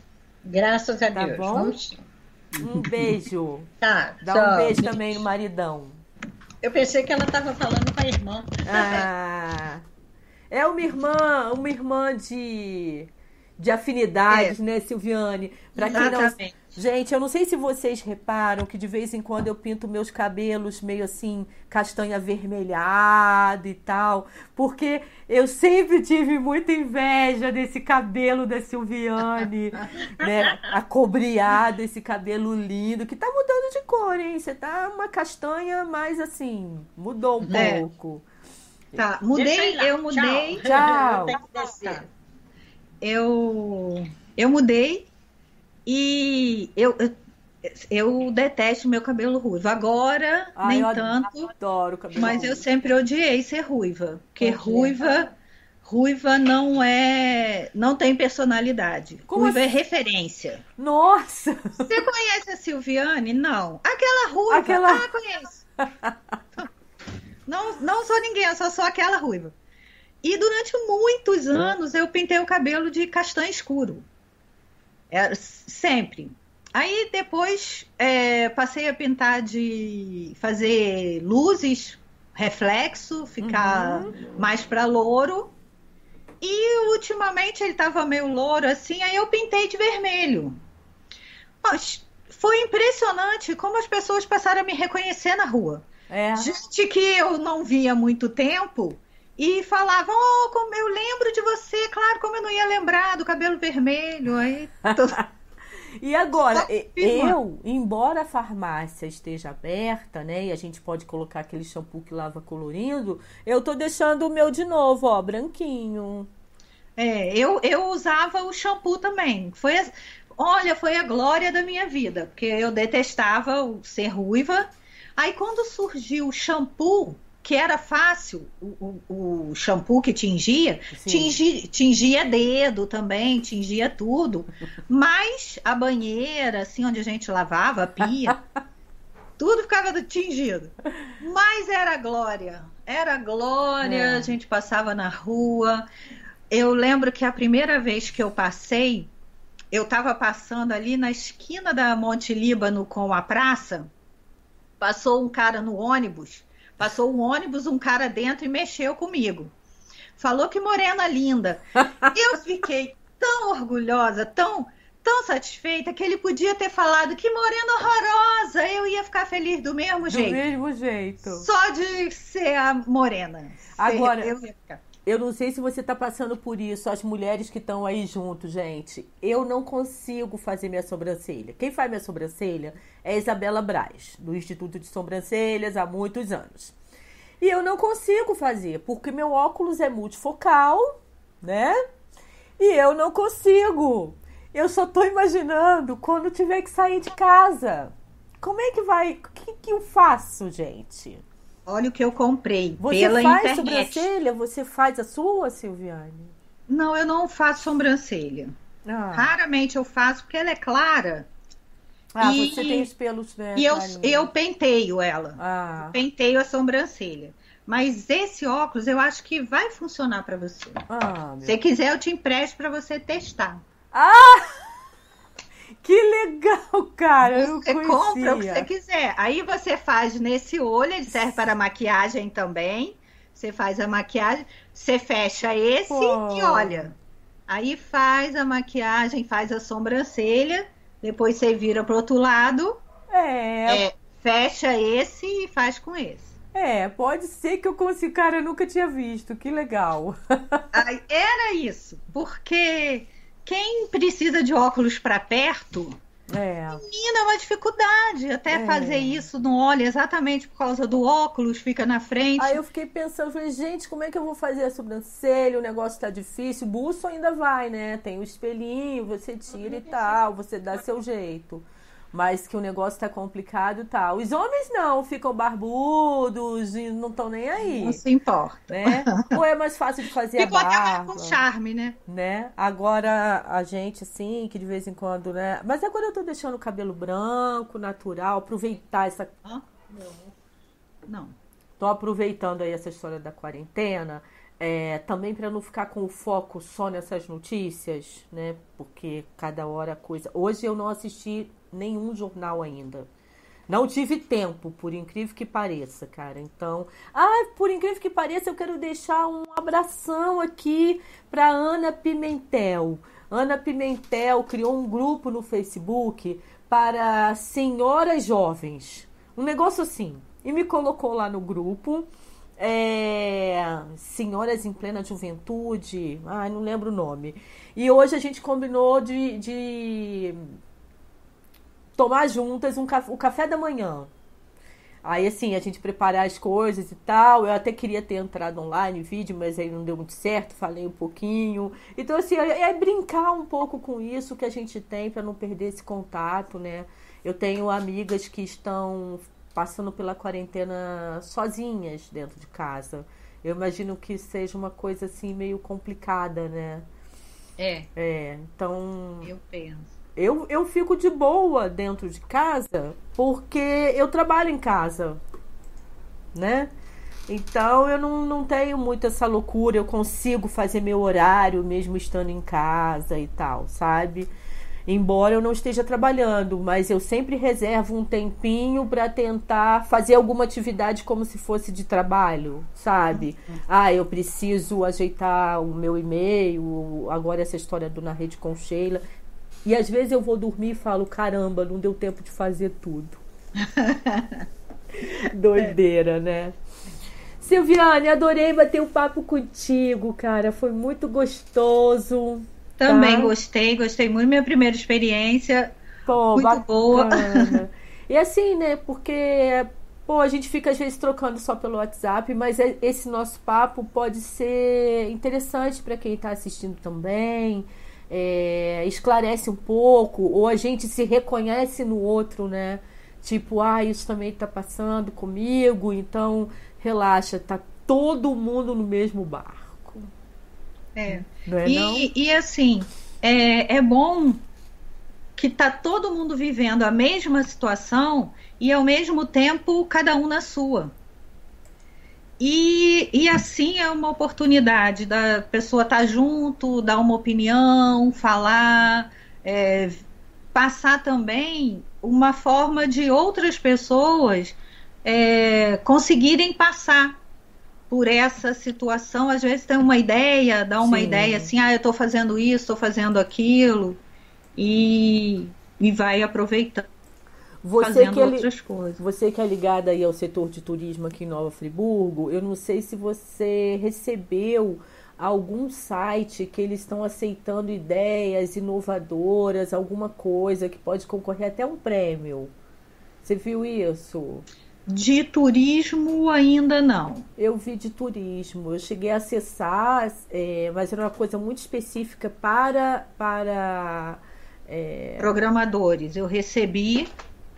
S3: Graças a
S1: Tá
S3: Deus.
S1: bom?
S3: Vamos sim.
S1: Um beijo.
S3: Tá,
S1: Dá
S3: tchau.
S1: um beijo também no maridão.
S3: Eu pensei que ela estava falando com a irmã.
S1: Ah, é uma irmã, uma irmã de, de afinidades,
S3: É.
S1: né, Silviane? Pra quem não...
S3: Exatamente.
S1: Gente, eu não sei se vocês reparam que de vez em quando eu pinto meus cabelos meio assim, castanha avermelhado e tal, porque eu sempre tive muita inveja desse cabelo da Silviane, né? Acobreado, esse cabelo lindo, que tá mudando de cor, hein? Você tá uma castanha, mas assim, mudou um
S3: É.
S1: pouco.
S2: Tá,
S3: Deixa
S2: mudei,
S3: ir lá.
S2: eu mudei.
S1: Tchau.
S3: Eu tenho que descer.
S2: Eu, eu mudei e eu, eu, eu detesto meu cabelo ruivo. Agora,
S1: Ai,
S2: nem
S1: eu
S2: tanto,
S1: adoro cabelo
S2: mas eu
S1: ruivo.
S2: sempre odiei ser ruiva. Porque
S3: Odiei.
S2: ruiva, ruiva não é, não tem personalidade.
S1: Como
S2: ruiva é
S1: assim?
S2: referência.
S1: Nossa!
S2: Você conhece a Silviane? Não. Aquela ruiva.
S1: Aquela-
S2: Ah, conheço. Não, não sou ninguém, eu só sou aquela ruiva. E durante muitos anos eu pintei o cabelo de castanho escuro. Era sempre. Aí depois é, passei a pintar de fazer luzes, reflexo, ficar mais para louro. E ultimamente ele estava meio louro assim, aí eu pintei de vermelho. Mas foi impressionante como as pessoas passaram a me reconhecer na rua.
S1: É.
S2: Gente que eu não via há muito tempo e falavam, oh, como eu lembro de você, claro, como eu não ia lembrar do cabelo vermelho. Aí, tô-
S1: E agora,
S2: Só
S1: e-
S2: firma.
S1: eu, embora a farmácia esteja aberta, né, e a gente pode colocar aquele shampoo que lava colorindo, eu tô deixando o meu de novo, ó, branquinho.
S2: É, eu, eu usava o shampoo também. Foi, a- olha, foi a glória da minha vida, porque eu detestava o ser ruiva. Aí quando surgiu o shampoo, que era fácil, o, o, o shampoo que tingia,
S1: Sim.
S2: tingi, tingia dedo também, tingia tudo. Mas a banheira, assim, onde a gente lavava, a pia, tudo ficava tingido. Mas era glória, era glória,
S1: É.
S2: a gente passava na rua. Eu lembro que a primeira vez que eu passei, eu estava passando ali na esquina da Monte Líbano com a praça, passou um cara no ônibus, passou um ônibus, um cara dentro e mexeu comigo. Falou que morena linda. Eu fiquei tão orgulhosa, tão, tão satisfeita, que ele podia ter falado que morena horrorosa, eu ia ficar feliz do mesmo
S1: Do
S2: jeito.
S1: mesmo jeito.
S2: Só de ser a morena.
S1: Agora-
S2: eu ia ficar.
S1: Eu não sei se você tá passando por isso, as mulheres que estão aí junto, gente. Eu não consigo fazer minha sobrancelha. Quem faz minha sobrancelha é a Isabela Braz, do Instituto de Sobrancelhas, há muitos anos. E eu não consigo fazer, porque meu óculos é multifocal, né? E eu não consigo. Eu só tô imaginando quando tiver que sair de casa. Como é que vai? O que, que eu faço, gente?
S2: Olha o que eu comprei
S1: Você
S2: pela
S1: faz
S2: internet.
S1: sobrancelha? Você faz a sua, Silviane?
S2: Não, eu não faço sobrancelha.
S1: Ah.
S2: Raramente eu faço, porque ela é clara.
S1: Ah,
S2: E-
S1: você tem os pelos, né?
S2: E eu,
S1: clarinho.
S2: eu penteio ela.
S1: Ah,
S2: Penteio a sobrancelha. Mas esse óculos eu acho que vai funcionar para você.
S1: ah, meu.
S2: Se você quiser, eu te empresto para você testar.
S1: Que legal, cara. Eu não
S2: Você
S1: conhecia.
S2: compra o que você quiser. Aí você faz nesse olho, ele serve para maquiagem também. Você faz a maquiagem, você fecha esse
S1: Pô.
S2: e olha. Aí faz a maquiagem, faz a sobrancelha, depois você vira pro outro lado,
S1: É,
S2: é, fecha esse e faz com esse.
S1: é, pode ser que eu consiga. Cara, eu nunca tinha visto. Que legal.
S2: Aí, era isso, porque quem precisa de óculos para perto,
S1: É.
S2: menina, é uma dificuldade até
S1: É.
S2: fazer isso no olho, exatamente por causa do óculos, fica na frente.
S1: Aí eu fiquei pensando, falei, gente, como é que eu vou fazer a sobrancelha? O negócio tá difícil. Buço ainda vai, né? Tem o espelhinho, você tira e tal, você dá seu jeito. Mas que o negócio tá complicado e tal. Os homens não, ficam barbudos e não estão nem aí,
S2: Não se importa.
S1: né? Ou é mais fácil de fazer
S2: Ficou
S1: a
S2: até mais
S1: barba,
S2: com charme, né?
S1: né? Agora a gente assim, que de vez em quando, né? Mas agora eu tô deixando o cabelo branco, natural, aproveitar essa
S2: Hã? Não.
S1: Tô aproveitando aí essa história da quarentena. É, também para não ficar com o foco só nessas notícias, né? Porque cada hora a coisa. Hoje eu não assisti nenhum jornal ainda. Não tive tempo, por incrível que pareça, cara. Então, ah, por incrível que pareça, eu quero deixar um abração aqui para Ana Pimentel. Ana Pimentel criou um grupo no Facebook para senhoras jovens. Um negócio assim. E me colocou lá no grupo. É, senhoras em plena juventude. Ai, não lembro o nome. E hoje a gente combinou de... de tomar juntas um café, o café da manhã. Aí, assim, a gente preparar as coisas e tal. Eu até queria ter entrado online, vídeo, mas aí não deu muito certo. Falei um pouquinho. Então, assim, é, é brincar um pouco com isso que a gente tem para não perder esse contato, né? Eu tenho amigas que estão passando pela quarentena sozinhas dentro de casa. Eu imagino que seja uma coisa, assim, meio complicada, né?
S2: É.
S1: É, então...
S2: Eu penso.
S1: Eu, eu fico de boa dentro de casa porque eu trabalho em casa, né? Então eu não, não tenho muito essa loucura, eu consigo fazer meu horário mesmo estando em casa e tal, sabe? Embora eu não esteja trabalhando, mas eu sempre reservo um tempinho para tentar fazer alguma atividade como se fosse de trabalho, sabe? Ah, eu preciso ajeitar o meu e-mail, agora essa história do Na Rede com Sheila. E às vezes eu vou dormir e falo, caramba, não deu tempo de fazer tudo. Doideira, né? Silviane, adorei bater um papo contigo, cara. Foi muito gostoso.
S2: Também
S1: tá?
S2: gostei, gostei muito. Minha primeira experiência,
S1: Pô,
S2: muito
S1: bacana.
S2: boa.
S1: E assim, né? Porque, pô, a gente fica às vezes trocando só pelo WhatsApp, mas esse nosso papo pode ser interessante para quem está assistindo também. É, esclarece um pouco, ou a gente se reconhece no outro, né? Tipo, ah, isso também tá passando comigo, então relaxa, tá todo mundo no mesmo barco.
S2: É.
S1: Não é,
S2: e,
S1: não?
S2: e assim, é, é bom que tá todo mundo vivendo a mesma situação e ao mesmo tempo cada um na sua. E, e assim é uma oportunidade da pessoa estar junto, dar uma opinião, falar, é, passar também uma forma de outras pessoas é, conseguirem passar por essa situação. Às vezes tem uma ideia, dá uma
S1: Sim.
S2: ideia assim, ah, eu estou fazendo isso, estou fazendo aquilo, e, e vai aproveitando.
S1: Você
S2: fazendo
S1: que, é,
S2: outras coisas.
S1: Você que é ligada aí ao setor de turismo aqui em Nova Friburgo, eu não sei se você recebeu algum site que eles estão aceitando ideias inovadoras, alguma coisa que pode concorrer até um prêmio. Você viu isso?
S2: De turismo ainda não.
S1: Eu vi de turismo. Eu cheguei a acessar, é, mas era uma coisa muito específica para... para é...
S2: programadores. Eu recebi...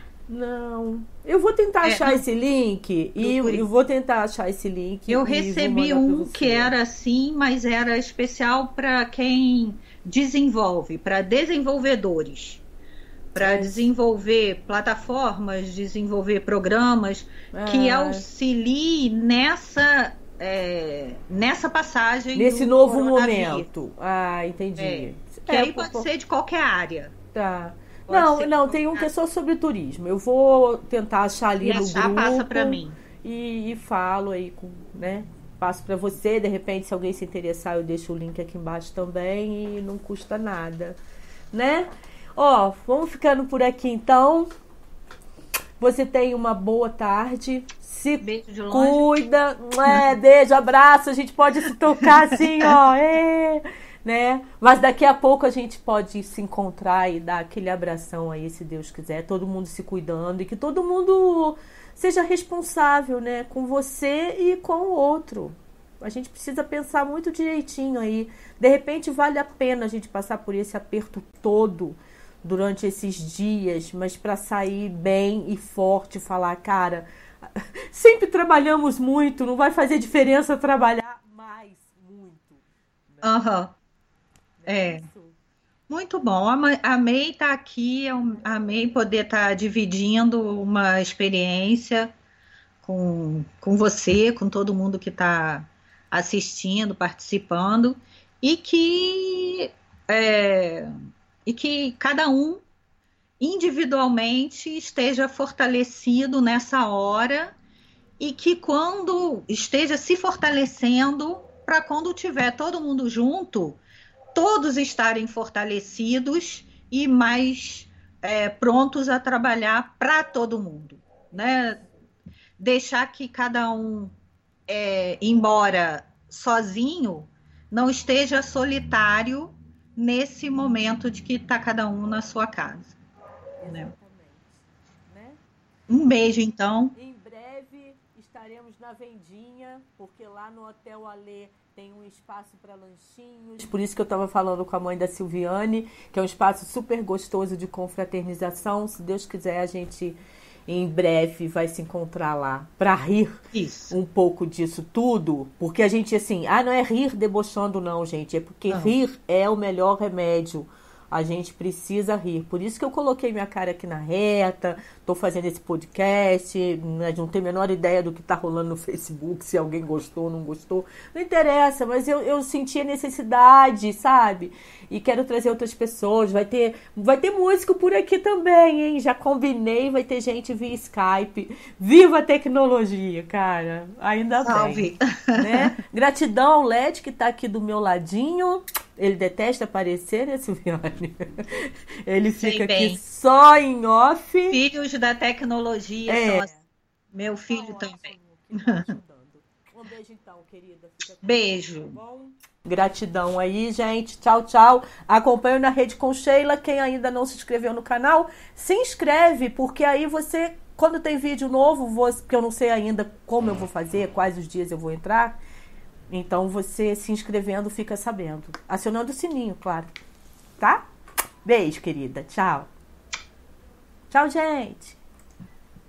S1: Não. Eu vou tentar
S2: É,
S1: achar
S2: não.
S1: esse link e eu, eu vou tentar achar esse link.
S2: Eu
S1: e vou
S2: recebi
S1: mandar pra
S2: um
S1: você.
S2: que era assim, mas era especial para quem desenvolve, para desenvolvedores, para desenvolver plataformas, desenvolver programas que
S1: Ah.
S2: auxiliem nessa, é, nessa passagem
S1: Nesse
S2: do
S1: novo
S2: coronavírus.
S1: momento. Ah, entendi.
S2: É. Que
S1: É,
S2: aí
S1: pô,
S2: pode
S1: pô,
S2: ser de qualquer área.
S1: Tá.
S2: Pode
S1: Não,
S2: ser
S1: não,
S2: de
S1: tem um
S2: qualquer
S1: que é só sobre turismo. Eu vou tentar achar ali
S2: E
S1: no
S2: achar,
S1: grupo.
S2: passa para mim.
S1: E, e falo aí, com, né? Passo para você. De repente, se alguém se interessar, eu deixo o link aqui embaixo também e não custa nada, né? Ó, vamos ficando por aqui então. Você tem uma boa tarde. Se
S2: Beijo de longe.
S1: cuida. É, beijo, abraço. A gente pode se tocar assim, ó. É, né? Mas daqui a pouco a gente pode se encontrar e dar aquele abração aí, se Deus quiser. Todo mundo se cuidando e que todo mundo seja responsável, né? Com você e com o outro. A gente precisa pensar muito direitinho aí. De repente vale a pena a gente passar por esse aperto todo durante esses dias, mas para sair bem e forte, falar, cara, sempre trabalhamos muito, não vai fazer diferença trabalhar mais muito.
S2: Aham. É. Muito bom. Ama- Amei estar aqui, eu amei poder estar dividindo uma experiência com, com você, com todo mundo que está assistindo, participando, e que, é, e que cada um individualmente esteja fortalecido nessa hora e que quando esteja se fortalecendo, para quando tiver todo mundo junto, todos estarem fortalecidos e mais é, prontos a trabalhar para todo mundo, né? Deixar que cada um, é, embora sozinho, não esteja solitário nesse momento de que está cada um na sua casa. Né?
S1: Né?
S2: Um beijo, então.
S1: Em breve estaremos na vendinha, porque lá no Hotel Alê tem um espaço para lanchinhos. Por isso que eu estava falando com a mãe da Silviane, que é um espaço super gostoso de confraternização. Se Deus quiser, a gente em breve vai se encontrar lá para rir
S2: Isso.
S1: um pouco disso tudo. Porque a gente, assim, ah, não é rir debochando não, gente. É porque não. Rir é o melhor remédio. A gente precisa rir. Por isso que eu coloquei minha cara aqui na reta, tô fazendo esse podcast, né, não tenho a menor ideia do que tá rolando no Facebook, se alguém gostou ou não gostou. Não interessa, mas eu, eu senti a necessidade, sabe? E quero trazer outras pessoas. Vai ter, vai ter músico por aqui também, hein? Já combinei, vai ter gente via Skype. Viva a tecnologia, cara. Ainda
S2: Salve.
S1: Bem. Né? Gratidão ao L E D que tá aqui do meu ladinho. Ele detesta aparecer, né, Silviane? Ele fica aqui só em off.
S2: Filhos da tecnologia
S1: é.
S2: são assim. Meu filho
S1: tá
S2: também.
S1: Ótimo, um beijo então, querida. Fica com
S2: beijo.
S1: Deus, tá bom? Gratidão aí, gente. Tchau, tchau. Acompanho na Rede com Sheila. Quem ainda não se inscreveu no canal, se inscreve, porque aí você, quando tem vídeo novo, vou, porque eu não sei ainda como eu vou fazer, quais os dias eu vou entrar. Então, você se inscrevendo fica sabendo. Acionando o sininho, claro. Tá? Beijo, querida. Tchau. Tchau, gente.